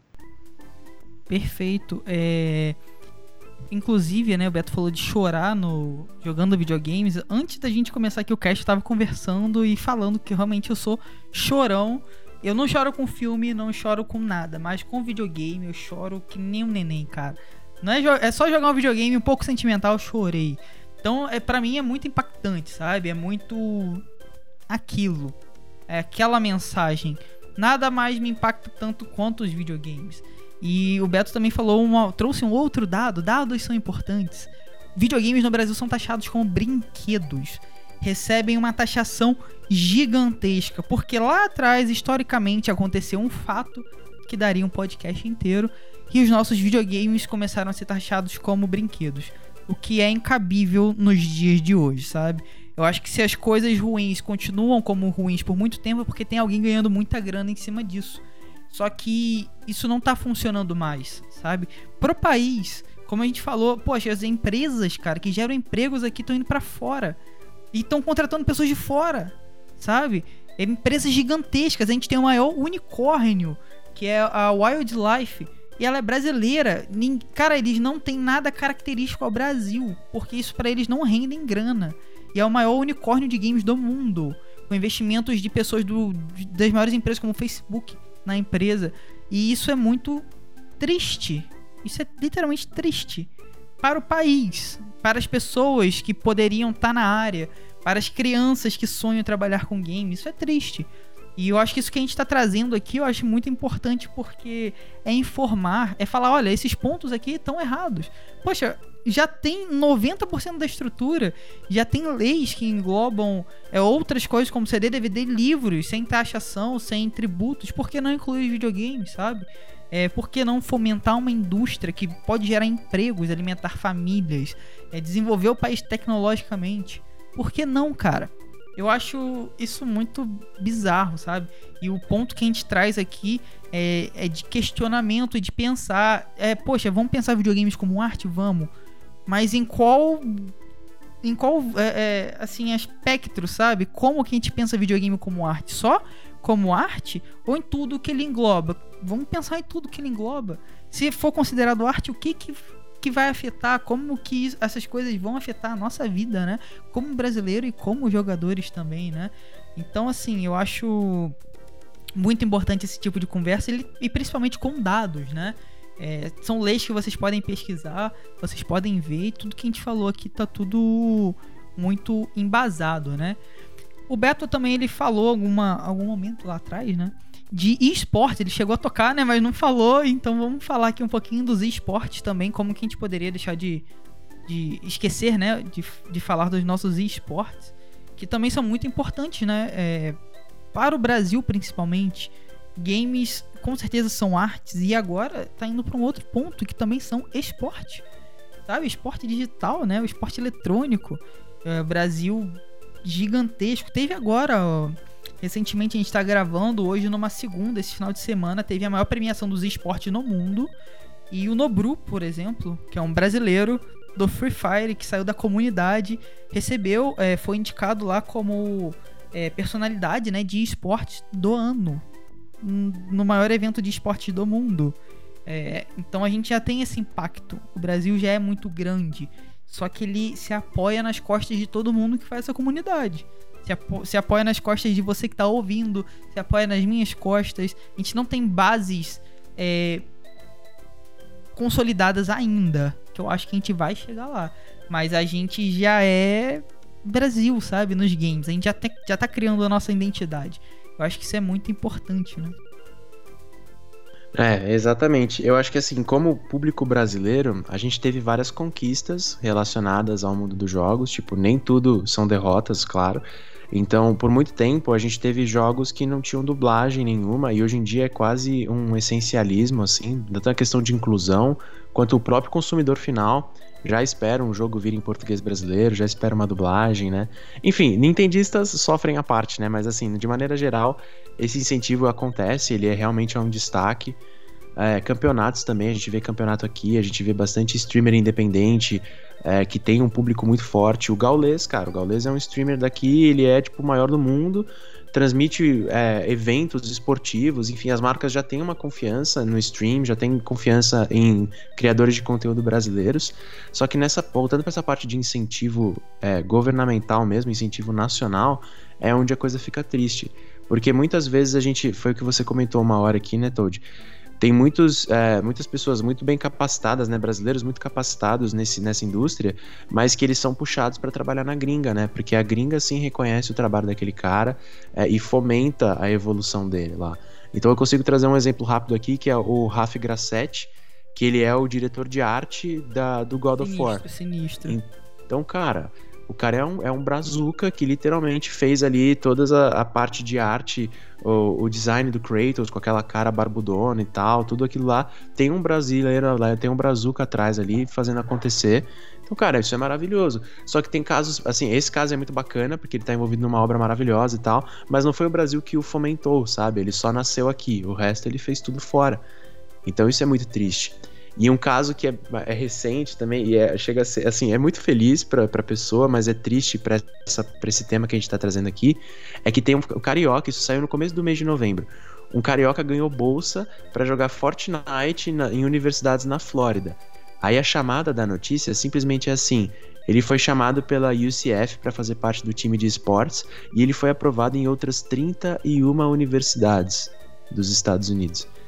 C: Perfeito. É... Inclusive, né, o Beto falou de chorar no jogando videogames. Antes da gente começar aqui o cast, eu tava conversando e falando que realmente eu sou chorão. Eu não choro com filme, não choro com nada, mas com videogame eu choro que nem um neném, cara. Não é, é só jogar um videogame um pouco sentimental, eu chorei. Então, é, pra mim é muito impactante, sabe? É muito aquilo. É aquela mensagem. Nada mais me impacta tanto quanto os videogames. E o Beto também falou, uma, trouxe um outro dado. Dados são importantes. Videogames no Brasil são taxados como brinquedos. Recebem uma taxação gigantesca. Porque lá atrás, historicamente, aconteceu um fato que daria um podcast inteiro. E os nossos videogames começaram a ser taxados como brinquedos. O que é incabível nos dias de hoje, sabe? Eu acho que se as coisas ruins continuam como ruins por muito tempo, é porque tem alguém ganhando muita grana em cima disso. Só que isso não tá funcionando mais, sabe? Pro país, como a gente falou, poxa, as empresas, cara, que geram empregos aqui estão indo pra fora. E estão contratando pessoas de fora, sabe? Empresas gigantescas. A gente tem o maior unicórnio, que é a Wildlife. E ela é brasileira. Cara, eles não têm nada característico ao Brasil, porque isso pra eles não rendem grana. E é o maior unicórnio de games do mundo, com investimentos de pessoas do, das maiores empresas como o Facebook na empresa. E isso é muito triste. Isso é literalmente triste. para o país, para as pessoas que poderiam estar na área, para as crianças que sonham trabalhar com games. Isso é triste. E eu acho que isso que a gente está trazendo aqui, eu acho muito importante, porque é informar, é falar, olha, esses pontos aqui estão errados. Poxa, já tem noventa por cento da estrutura, já tem leis que englobam é, outras coisas como C D, D V D, livros, sem taxação, sem tributos. Por que não incluir os videogames, sabe? É, por que não fomentar uma indústria que pode gerar empregos, alimentar famílias, é, desenvolver o país tecnologicamente? Por que não, cara? Eu acho isso muito bizarro, sabe? E o ponto que a gente traz aqui é, é de questionamento e de pensar. É, poxa, vamos pensar videogames como arte? Vamos. Mas em qual... Em qual, é, é, assim, aspecto, sabe? Como que a gente pensa videogame como arte? Só como arte? Ou em tudo que ele engloba? Vamos pensar em tudo que ele engloba. Se for considerado arte, o que que... que vai afetar, como que essas coisas vão afetar a nossa vida, né? Como brasileiro e como jogadores também, né? Então, assim, eu acho muito importante esse tipo de conversa e principalmente com dados, né? É, são leis que vocês podem pesquisar, vocês podem ver, e tudo que a gente falou aqui tá tudo muito embasado, né? O Beto também, ele falou alguma, algum momento lá atrás, né? De esportes, ele chegou a tocar, né, mas não falou, então vamos falar aqui um pouquinho dos esportes também, como que a gente poderia deixar de, de esquecer, né, de, de falar dos nossos esportes, que também são muito importantes, né, é, para o Brasil principalmente. Games com certeza são artes, e agora tá indo para um outro ponto, que também são esporte, sabe, esporte digital, né, o esporte eletrônico. É, Brasil gigantesco, teve agora, ó, recentemente a gente tá gravando hoje numa segunda, esse final de semana, teve a maior premiação dos esportes no mundo. E o Nobru, por exemplo, que é um brasileiro do Free Fire, que saiu da comunidade, recebeu, é, foi indicado lá como é, personalidade, né, de esportes do ano, no maior evento de esportes do mundo. É, então a gente já tem esse impacto. O Brasil já é muito grande, só que ele se apoia nas costas de todo mundo que faz essa comunidade. Se, apo- se apoia nas costas de você que tá ouvindo, se apoia nas minhas costas. A gente não tem bases é, consolidadas ainda, que eu acho que a gente vai chegar lá. Mas a gente já é Brasil, sabe, nos games. A gente já, te- já tá criando a nossa identidade. Eu acho que isso é muito importante, né?
D: É, exatamente. Eu acho que assim, como público brasileiro, a gente teve várias conquistas relacionadas ao mundo dos jogos, tipo, nem tudo são derrotas, claro. Então, por muito tempo, a gente teve jogos que não tinham dublagem nenhuma, e hoje em dia é quase um essencialismo, assim, tanto a questão de inclusão, quanto o próprio consumidor final já espera um jogo vir em português brasileiro, já espera uma dublagem, né? Enfim, nintendistas sofrem a parte, né? Mas assim, de maneira geral, esse incentivo acontece, ele é realmente é um destaque. É, campeonatos também, a gente vê campeonato aqui, a gente vê bastante streamer independente, é, que tem um público muito forte. O Gaules, cara, o Gaules é um streamer daqui, ele é tipo o maior do mundo, transmite é, eventos esportivos, enfim, as marcas já têm uma confiança no stream, já têm confiança em criadores de conteúdo brasileiros, só que nessa, voltando para essa parte de incentivo é, governamental mesmo, incentivo nacional, é onde a coisa fica triste, porque muitas vezes a gente, foi o que você comentou uma hora aqui, né, Toad? Tem muitos, é, muitas pessoas muito bem capacitadas, né, brasileiros muito capacitados nesse, nessa indústria, mas que eles são puxados para trabalhar na gringa, né, porque a gringa sim reconhece o trabalho daquele cara é, e fomenta a evolução dele lá. Então eu consigo trazer um exemplo rápido aqui, que é o Raf Grassetti, que ele é o diretor de arte da, do God
C: Sinistro,
D: of War.
C: Sinistro.
D: Então, cara, o cara é um, é um brazuca que literalmente fez ali toda a, a parte de arte, o, o design do Kratos com aquela cara barbudona e tal, tudo aquilo lá. Tem um brasileiro lá, tem um brazuca atrás ali fazendo acontecer. Então, cara, isso é maravilhoso. Só que tem casos, assim, esse caso é muito bacana porque ele tá envolvido numa obra maravilhosa e tal, mas não foi o Brasil que o fomentou, sabe? Ele só nasceu aqui, o resto ele fez tudo fora. Então isso é muito triste. E um caso que é, é recente também, e é, chega a ser, assim, é muito feliz pra, pra pessoa, mas é triste pra, essa, pra esse tema que a gente tá trazendo aqui, é que tem um, um carioca, isso saiu no começo do mês de novembro, um carioca ganhou bolsa pra jogar Fortnite na, em universidades na Flórida. Aí a chamada da notícia simplesmente é assim, ele foi chamado pela U C F pra fazer parte do time de esportes, e ele foi aprovado em outras trinta e uma universidades dos Estados Unidos.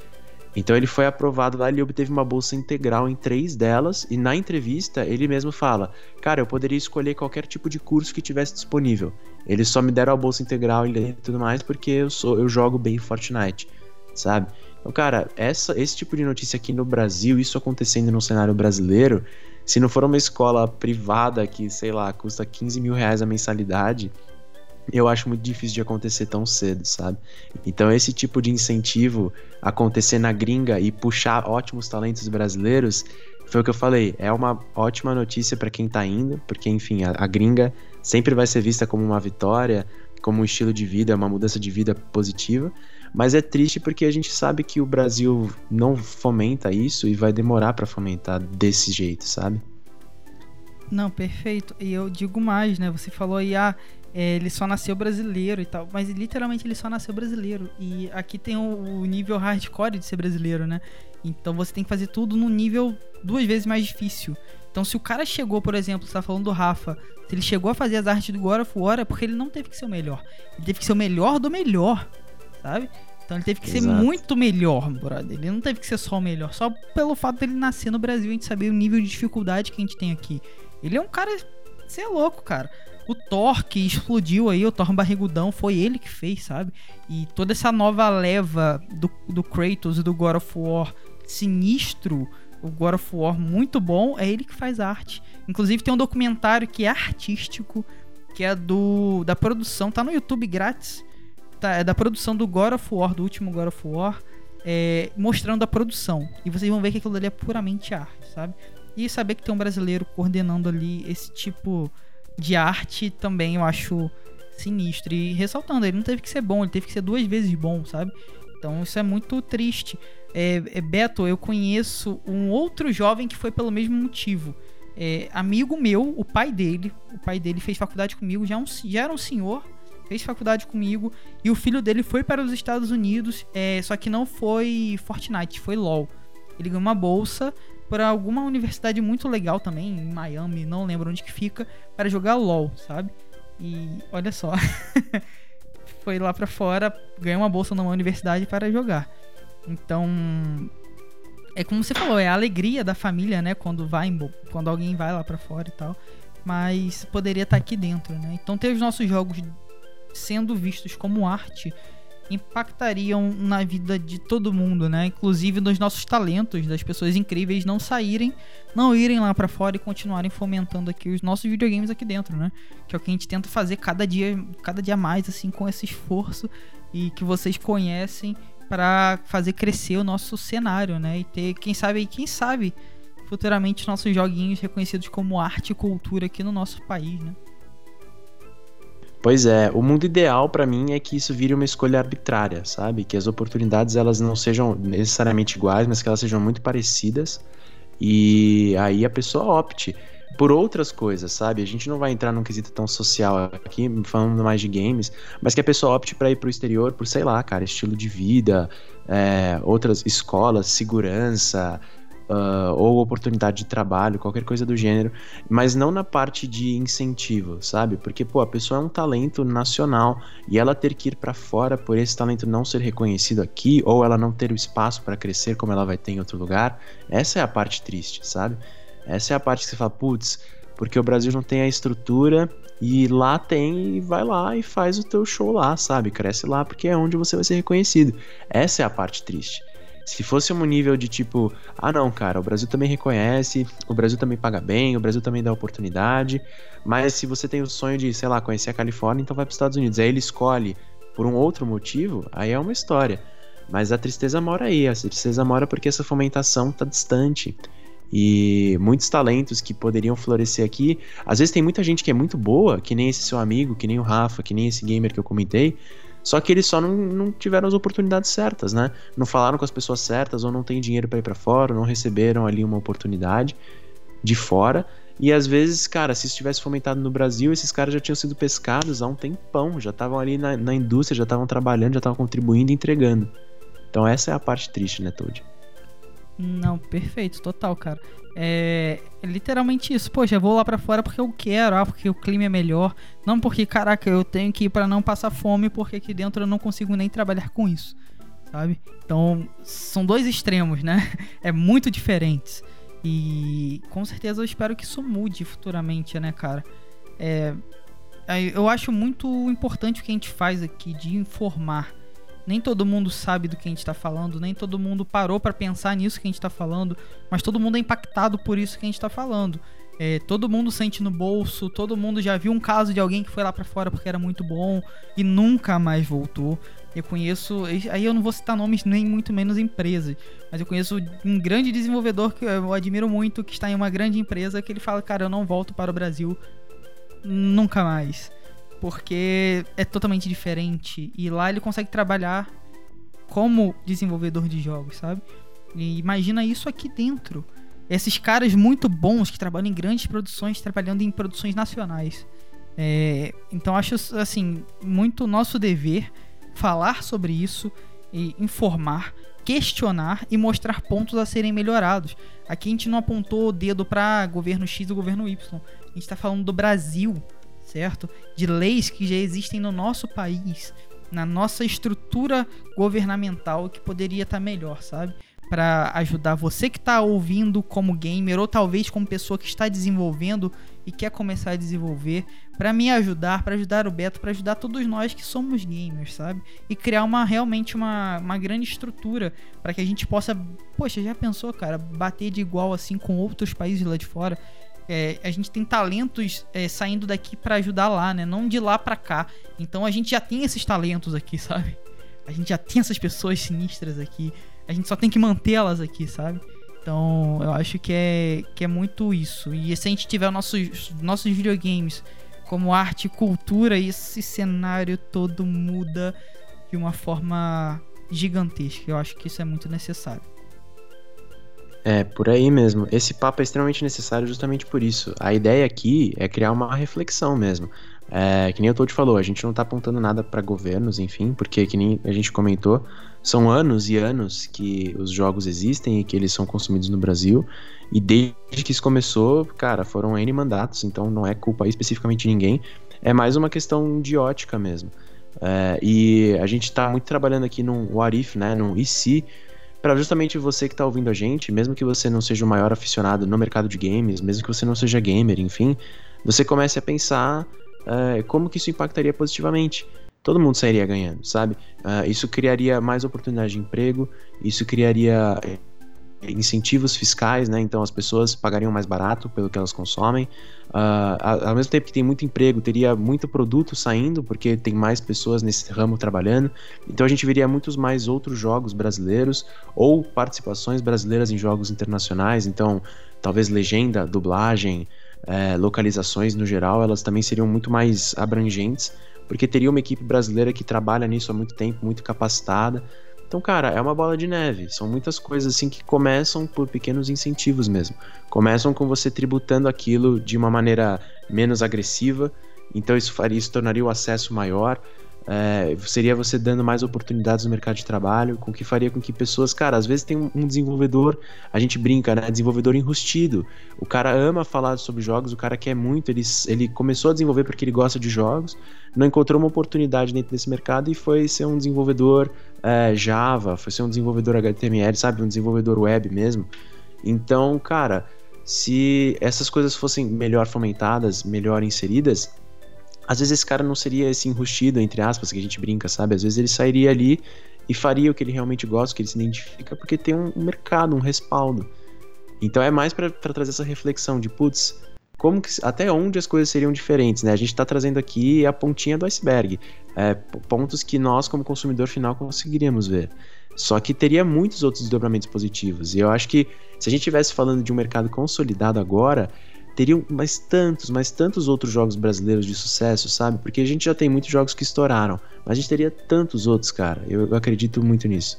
D: Então ele foi aprovado lá, ele obteve uma bolsa integral em três delas, e na entrevista ele mesmo fala, cara, eu poderia escolher qualquer tipo de curso que tivesse disponível. Eles só me deram a bolsa integral e tudo mais porque eu, sou, eu jogo bem Fortnite, sabe? Então, cara, essa, esse tipo de notícia aqui no Brasil, isso acontecendo no cenário brasileiro, se não for uma escola privada que, sei lá, custa quinze mil reais a mensalidade, eu acho muito difícil de acontecer tão cedo, sabe? Então esse tipo de incentivo acontecer na gringa e puxar ótimos talentos brasileiros, foi o que eu falei, é uma ótima notícia para quem tá indo, porque enfim, a, a gringa sempre vai ser vista como uma vitória, como um estilo de vida, uma mudança de vida positiva, mas é triste porque a gente sabe que o Brasil não fomenta isso e vai demorar para fomentar desse jeito, sabe?
C: Não, perfeito. E eu digo mais, né? Você falou aí, ah, é, ele só nasceu brasileiro e tal, mas literalmente ele só nasceu brasileiro. E aqui tem o, o nível hardcore de ser brasileiro, né? Então você tem que fazer tudo num nível duas vezes mais difícil. Então se o cara chegou, por exemplo, você tá falando do Rafa, se ele chegou a fazer as artes do God of War, é porque ele não teve que ser o melhor. Ele teve que ser o melhor do melhor, sabe? Então ele teve que Exato. ser muito melhor, brother. Ele não teve que ser só o melhor. Só pelo fato dele nascer no Brasil, a gente saber o nível de dificuldade que a gente tem aqui. Ele é um cara... Você é louco, cara. O Thor que explodiu aí, o Thor barrigudão, foi ele que fez, sabe? E toda essa nova leva do, do Kratos e do God of War sinistro, o God of War muito bom, é ele que faz a arte. Inclusive tem um documentário que é artístico, que é do da produção, tá no YouTube grátis, tá, é da produção do God of War, do último God of War, é, mostrando a produção. E vocês vão ver que aquilo ali é puramente arte, sabe? E saber que tem um brasileiro coordenando ali esse tipo de arte também eu acho sinistro. E ressaltando, ele não teve que ser bom, ele teve que ser duas vezes bom, sabe? Então isso é muito triste. É, é, Beto, eu conheço um outro jovem que foi pelo mesmo motivo. É, amigo meu, o pai dele, o pai dele fez faculdade comigo, já, um, já era um senhor, fez faculdade comigo, e o filho dele foi para os Estados Unidos, é, só que não foi Fortnite, foi LoL. Ele ganhou uma bolsa para alguma universidade muito legal também, em Miami, não lembro onde que fica, para jogar LoL, sabe? E olha só, foi lá para fora, ganhou uma bolsa numa universidade para jogar. Então, é como você falou, é a alegria da família, né, quando vai, quando alguém vai lá para fora e tal, mas poderia estar aqui dentro, né? Então ter os nossos jogos sendo vistos como arte impactariam na vida de todo mundo, né? Inclusive nos nossos talentos, das pessoas incríveis não saírem, não irem lá pra fora e continuarem fomentando aqui os nossos videogames aqui dentro, né? Que é o que a gente tenta fazer cada dia, cada dia mais, assim, com esse esforço e que vocês conhecem para fazer crescer o nosso cenário, né? E ter, quem sabe, quem sabe, futuramente nossos joguinhos reconhecidos como arte e cultura aqui no nosso país, né?
D: Pois é, o mundo ideal pra mim é que isso vire uma escolha arbitrária, sabe? Que as oportunidades elas não sejam necessariamente iguais, mas que elas sejam muito parecidas e aí a pessoa opte por outras coisas, sabe? A gente não vai entrar num quesito tão social aqui, falando mais de games, mas que a pessoa opte pra ir pro exterior por, sei lá, cara, estilo de vida, é, outras escolas, segurança... Uh, ou oportunidade de trabalho, qualquer coisa do gênero, mas não na parte de incentivo, sabe? Porque, pô, a pessoa é um talento nacional e ela ter que ir pra fora por esse talento não ser reconhecido aqui, ou ela não ter o espaço pra crescer como ela vai ter em outro lugar, essa é a parte triste, sabe? Essa é a parte que você fala, putz, porque o Brasil não tem a estrutura e lá tem, e vai lá e faz o teu show lá, sabe? Cresce lá porque é onde você vai ser reconhecido. Essa é a parte triste. Se fosse um nível de tipo, ah não, cara, o Brasil também reconhece, o Brasil também paga bem, o Brasil também dá oportunidade, mas se você tem o sonho de, sei lá, conhecer a Califórnia, então vai para os Estados Unidos, aí ele escolhe por um outro motivo, aí é uma história. Mas a tristeza mora aí, a tristeza mora porque essa fomentação tá distante. E muitos talentos que poderiam florescer aqui, às vezes tem muita gente que é muito boa, que nem esse seu amigo, que nem o Rafa, que nem esse gamer que eu comentei, só que eles só não, não tiveram as oportunidades certas, né? Não falaram com as pessoas certas, ou não tem dinheiro pra ir pra fora, ou não receberam ali uma oportunidade de fora. E às vezes, cara, se isso tivesse fomentado no Brasil, esses caras já tinham sido pescados há um tempão, já estavam ali na, na indústria, já estavam trabalhando, já estavam contribuindo e entregando. Então essa é a parte triste, né, Toad?
C: Não, perfeito, total, cara. É, é literalmente isso. Poxa, eu vou lá pra fora porque eu quero, ah, porque o clima é melhor. Não porque, caraca, eu tenho que ir pra não passar fome, porque aqui dentro eu não consigo nem trabalhar com isso. sabe? Então, são dois extremos, né? É muito diferentes. E com certeza eu espero que isso mude futuramente, né, cara? É, eu acho muito importante o que a gente faz aqui de informar. Nem todo mundo sabe do que a gente tá falando, nem todo mundo parou pra pensar nisso que a gente tá falando, mas todo mundo é impactado por isso que a gente tá falando. É, todo mundo sente no bolso, todo mundo já viu um caso de alguém que foi lá pra fora porque era muito bom e nunca mais voltou. Eu conheço, aí eu não vou citar nomes nem muito menos empresas, mas eu conheço um grande desenvolvedor que eu admiro muito, que está em uma grande empresa, que ele fala, cara, eu não volto para o Brasil nunca mais, porque é totalmente diferente, e lá ele consegue trabalhar como desenvolvedor de jogos, sabe? E imagina isso aqui dentro, esses caras muito bons que trabalham em grandes produções, trabalhando em produções nacionais. É, então acho, assim, muito nosso dever falar sobre isso, e informar, questionar e mostrar pontos a serem melhorados. Aqui a gente não apontou o dedo para governo X ou governo Y. A gente está falando do Brasil, certo? De leis que já existem no nosso país, na nossa estrutura governamental, que poderia estar melhor, sabe? Para ajudar você que está ouvindo como gamer, ou talvez como pessoa que está desenvolvendo e quer começar a desenvolver, para me ajudar, para ajudar o Beto, para ajudar todos nós que somos gamers, sabe? E criar uma, realmente uma, uma grande estrutura para que a gente possa, poxa, já pensou, cara, bater de igual assim com outros países lá de fora? É, a gente tem talentos é, saindo daqui para ajudar lá, né? Não de lá para cá. Então a gente já tem esses talentos aqui, sabe? A gente já tem essas pessoas sinistras aqui. A gente só tem que mantê-las aqui, sabe? Então, eu acho que é, que é muito isso. E se a gente tiver nossos, nossos videogames como arte e cultura, esse cenário todo muda de uma forma gigantesca. Eu acho que isso é muito necessário.
D: É, por aí mesmo. Esse papo é extremamente necessário justamente por isso. A ideia aqui é criar uma reflexão mesmo. É, que nem o Toad falou, a gente não tá apontando nada para governos, enfim, porque que nem a gente comentou, são anos e anos que os jogos existem e que eles são consumidos no Brasil, e desde que isso começou, cara, foram N mandatos, então não é culpa especificamente de ninguém, é mais uma questão de ótica mesmo. É, e a gente tá muito trabalhando aqui num what if, né, num e se, para justamente você que tá ouvindo a gente, mesmo que você não seja o maior aficionado no mercado de games, mesmo que você não seja gamer, enfim, você comece a pensar Uh, como que isso impactaria positivamente. Todo mundo sairia ganhando, sabe? Uh, isso criaria mais oportunidade de emprego, isso criaria incentivos fiscais, né? Então as pessoas pagariam mais barato pelo que elas consomem. Uh, ao mesmo tempo que tem muito emprego, teria muito produto saindo, porque tem mais pessoas nesse ramo trabalhando. Então a gente veria muitos mais outros jogos brasileiros ou participações brasileiras em jogos internacionais. Então talvez legenda, dublagem, É, localizações no geral, elas também seriam muito mais abrangentes, porque teria uma equipe brasileira que trabalha nisso há muito tempo, muito capacitada. Então, cara, é uma bola de neve. São muitas coisas assim que começam por pequenos incentivos mesmo. Começam com você tributando aquilo de uma maneira menos agressiva, então isso faria, isso tornaria o acesso maior. É, seria você dando mais oportunidades no mercado de trabalho, com que faria com que pessoas, cara, às vezes tem um desenvolvedor, a gente brinca, né, desenvolvedor enrustido, o cara ama falar sobre jogos, o cara quer muito, ele, ele começou a desenvolver porque ele gosta de jogos, não encontrou uma oportunidade dentro desse mercado e foi ser um desenvolvedor é, Java, foi ser um desenvolvedor H T M L, sabe, um desenvolvedor web mesmo. Então, cara, se essas coisas fossem melhor fomentadas, melhor inseridas, às vezes esse cara não seria esse enrustido, entre aspas, que a gente brinca, sabe? Às vezes ele sairia ali e faria o que ele realmente gosta, o que ele se identifica, porque tem um mercado, um respaldo. Então é mais pra, pra trazer essa reflexão de, putz, como que, até onde as coisas seriam diferentes, né? A gente tá trazendo aqui a pontinha do iceberg, é, pontos que nós, como consumidor final, conseguiríamos ver. Só que teria muitos outros desdobramentos positivos. E eu acho que se a gente estivesse falando de um mercado consolidado agora, teriam mais tantos, mais tantos outros jogos brasileiros de sucesso, sabe? Porque a gente já tem muitos jogos que estouraram, mas a gente teria tantos outros, cara. Eu, eu acredito muito nisso.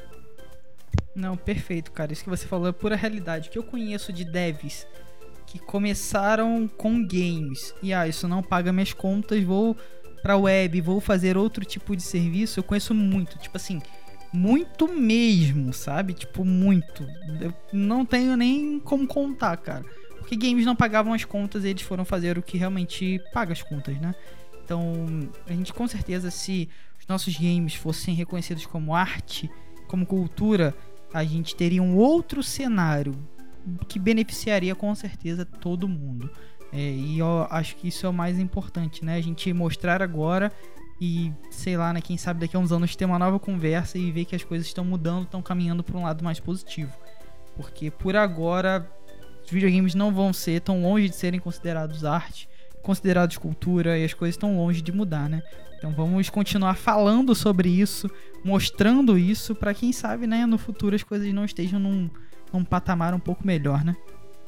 C: Não, perfeito, cara. Isso que você falou é pura realidade. O que eu conheço de devs que começaram com games e, ah, isso não paga minhas contas, vou pra web, vou fazer outro tipo de serviço, eu conheço muito. Tipo assim, muito mesmo, sabe? Tipo, muito. Eu não tenho nem como contar, cara. Porque games não pagavam as contas e eles foram fazer o que realmente paga as contas, né? Então, a gente com certeza, se os nossos games fossem reconhecidos como arte, como cultura, a gente teria um outro cenário que beneficiaria com certeza todo mundo. É, e eu acho que isso é o mais importante, né? A gente mostrar agora e, sei lá, né? Quem sabe daqui a uns anos ter uma nova conversa e ver que as coisas estão mudando, estão caminhando para um lado mais positivo. Porque por agora, os videogames não vão ser tão longe de serem considerados arte, considerados cultura, e as coisas estão longe de mudar, né? Então vamos continuar falando sobre isso, mostrando isso, para quem sabe, né, no futuro as coisas não estejam num, num patamar um pouco melhor, né?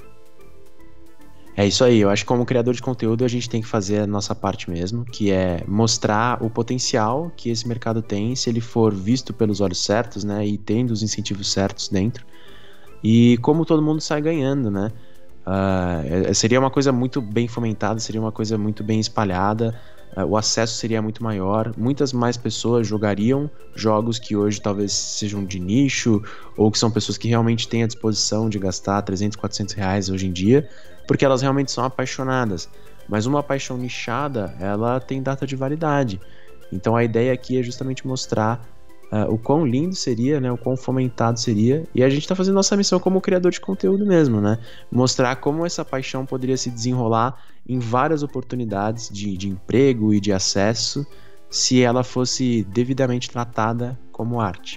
D: É isso aí, eu acho que como criador de conteúdo a gente tem que fazer a nossa parte mesmo, que é mostrar o potencial que esse mercado tem, se ele for visto pelos olhos certos, né, e tendo os incentivos certos dentro, e como todo mundo sai ganhando, né? Uh, seria uma coisa muito bem fomentada, seria uma coisa muito bem espalhada, uh, o acesso seria muito maior, muitas mais pessoas jogariam jogos que hoje talvez sejam de nicho, ou que são pessoas que realmente têm a disposição de gastar trezentos, quatrocentos reais hoje em dia, porque elas realmente são apaixonadas. Mas uma paixão nichada, ela tem data de validade. Então a ideia aqui é justamente mostrar Uh, o quão lindo seria, né, o quão fomentado seria, e a gente tá fazendo nossa missão como criador de conteúdo mesmo, né, mostrar como essa paixão poderia se desenrolar em várias oportunidades de, de emprego e de acesso, se ela fosse devidamente tratada como arte.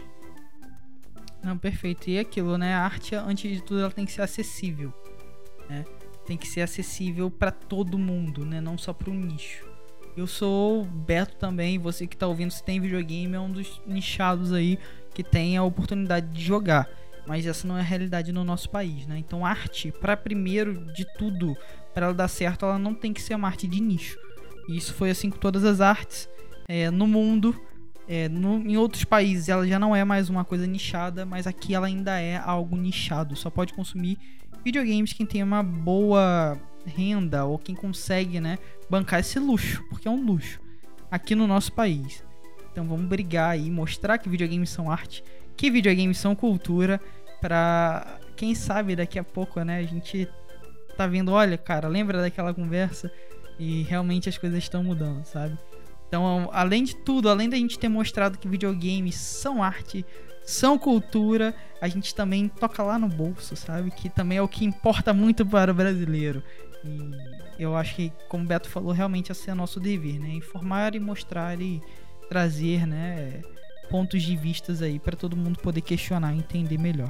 C: Não, perfeito, e aquilo, né, a arte, antes de tudo, ela tem que ser acessível, né, tem que ser acessível para todo mundo, né, não só para um nicho. Eu sou o Beto também, você que tá ouvindo, se tem videogame, é um dos nichados aí que tem a oportunidade de jogar. Mas essa não é a realidade no nosso país, né? Então arte, para primeiro de tudo, para ela dar certo, ela não tem que ser uma arte de nicho. E isso foi assim com todas as artes é, no mundo. É, no, em outros países ela já não é mais uma coisa nichada, mas aqui ela ainda é algo nichado. Só pode consumir videogames quem tem uma boa renda ou quem consegue, né, bancar esse luxo, porque é um luxo aqui no nosso país. Então vamos brigar aí, mostrar que videogames são arte, que videogames são cultura, pra quem sabe daqui a pouco, né, a gente tá vendo, olha, cara, lembra daquela conversa e realmente as coisas estão mudando, sabe? Então, além de tudo, além da gente ter mostrado que videogames são arte, são cultura, a gente também toca lá no bolso, sabe? Que também é o que importa muito para o brasileiro. E eu acho que, como o Beto falou, realmente esse é nosso dever, né? Informar e mostrar e trazer, né, pontos de vistas aí para todo mundo poder questionar e entender melhor.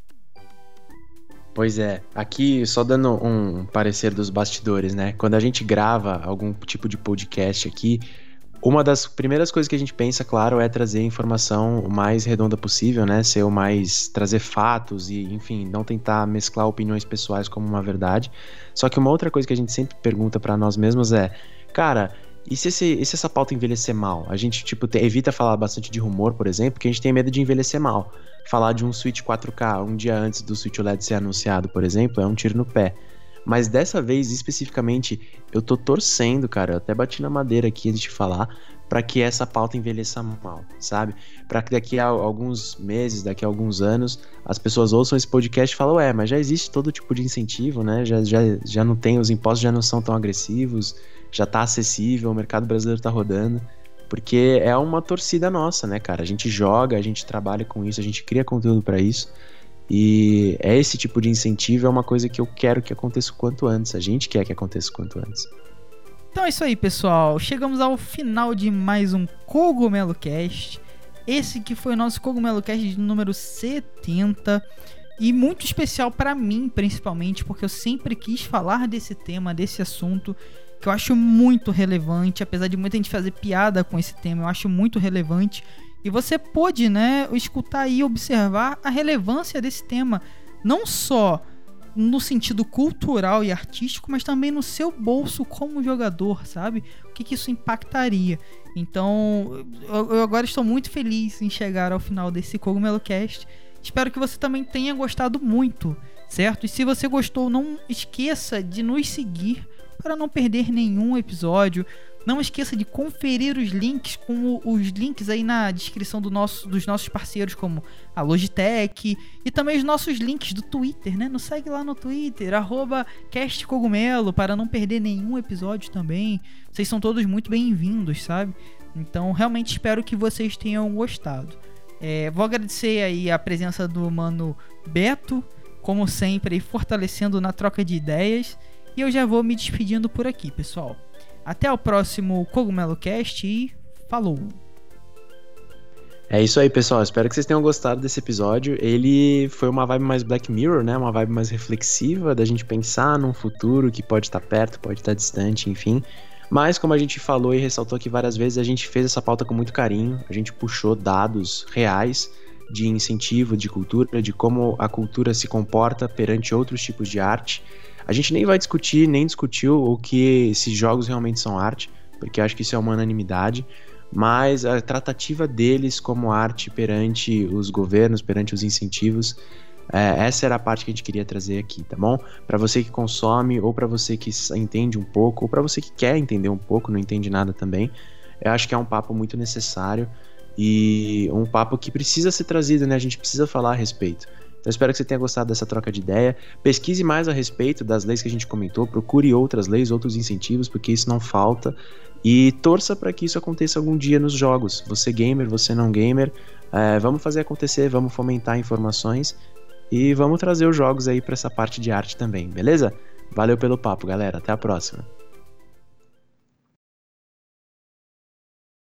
D: Pois é, aqui só dando um parecer dos bastidores, né? Quando a gente grava algum tipo de podcast aqui, uma das primeiras coisas que a gente pensa, claro, é trazer informação o mais redonda possível, né? Ser o mais... trazer fatos e, enfim, não tentar mesclar opiniões pessoais como uma verdade. Só que uma outra coisa que a gente sempre pergunta pra nós mesmos é, cara, e se, esse, e se essa pauta envelhecer mal? A gente, tipo, te, evita falar bastante de rumor, por exemplo, porque a gente tem medo de envelhecer mal. Falar de um Switch quatro K um dia antes do Switch O L E D ser anunciado, por exemplo, é um tiro no pé. Mas dessa vez, especificamente, eu tô torcendo, cara, eu até bati na madeira aqui antes de falar, pra que essa pauta envelheça mal, sabe? Pra que daqui a alguns meses, daqui a alguns anos, as pessoas ouçam esse podcast e falam, ué, mas já existe todo tipo de incentivo, né? Já, já, já não tem, os impostos já não são tão agressivos, já tá acessível, o mercado brasileiro tá rodando. Porque é uma torcida nossa, né, cara? A gente joga, a gente trabalha com isso, a gente cria conteúdo pra isso. E é esse tipo de incentivo, é uma coisa que eu quero que aconteça o quanto antes. A gente quer que aconteça o quanto antes.
C: Então é isso aí, pessoal. Chegamos ao final de mais um Cogumelo Cast. Esse que foi o nosso Cogumelo Cast de número setenta. E muito especial pra mim, principalmente, porque eu sempre quis falar desse tema, desse assunto, que eu acho muito relevante. Apesar de muita gente fazer piada com esse tema, eu acho muito relevante. E você pôde, né, escutar e observar a relevância desse tema, não só no sentido cultural e artístico, mas também no seu bolso como jogador, sabe? O que, que isso impactaria. Então, eu, eu agora estou muito feliz em chegar ao final desse Cogumelo Cast. Espero que você também tenha gostado muito, certo? E se você gostou, não esqueça de nos seguir para não perder nenhum episódio. Não esqueça de conferir os links, como os links aí na descrição do nosso, dos nossos parceiros, como a Logitech, e também os nossos links do Twitter, né? Nos segue lá no Twitter, arroba castcogumelo, para não perder nenhum episódio também. Vocês são todos muito bem-vindos, sabe? Então, realmente espero que vocês tenham gostado. É, vou agradecer aí a presença do mano Beto, como sempre, fortalecendo na troca de ideias. E eu já vou me despedindo por aqui, pessoal. Até o próximo Cogumelo Cast e falou!
D: É isso aí, pessoal. Espero que vocês tenham gostado desse episódio. Ele foi uma vibe mais Black Mirror, né? Uma vibe mais reflexiva, da gente pensar num futuro que pode estar perto, pode estar distante, enfim. Mas, como a gente falou e ressaltou aqui várias vezes, a gente fez essa pauta com muito carinho. A gente puxou dados reais de incentivo, de cultura, de como a cultura se comporta perante outros tipos de arte. A gente nem vai discutir, nem discutiu o que esses jogos realmente são arte, porque eu acho que isso é uma unanimidade, mas a tratativa deles como arte perante os governos, perante os incentivos, é, essa era a parte que a gente queria trazer aqui, tá bom? Para você que consome, ou para você que entende um pouco, ou para você que quer entender um pouco, não entende nada também, eu acho que é um papo muito necessário e um papo que precisa ser trazido, né? A gente precisa falar a respeito. Então, espero que você tenha gostado dessa troca de ideia. Pesquise mais a respeito das leis que a gente comentou, procure outras leis, outros incentivos, porque isso não falta. E torça para que isso aconteça algum dia nos jogos. Você gamer, você não gamer, é, vamos fazer acontecer, vamos fomentar informações e vamos trazer os jogos aí para essa parte de arte também, beleza? Valeu pelo papo, galera. Até a próxima.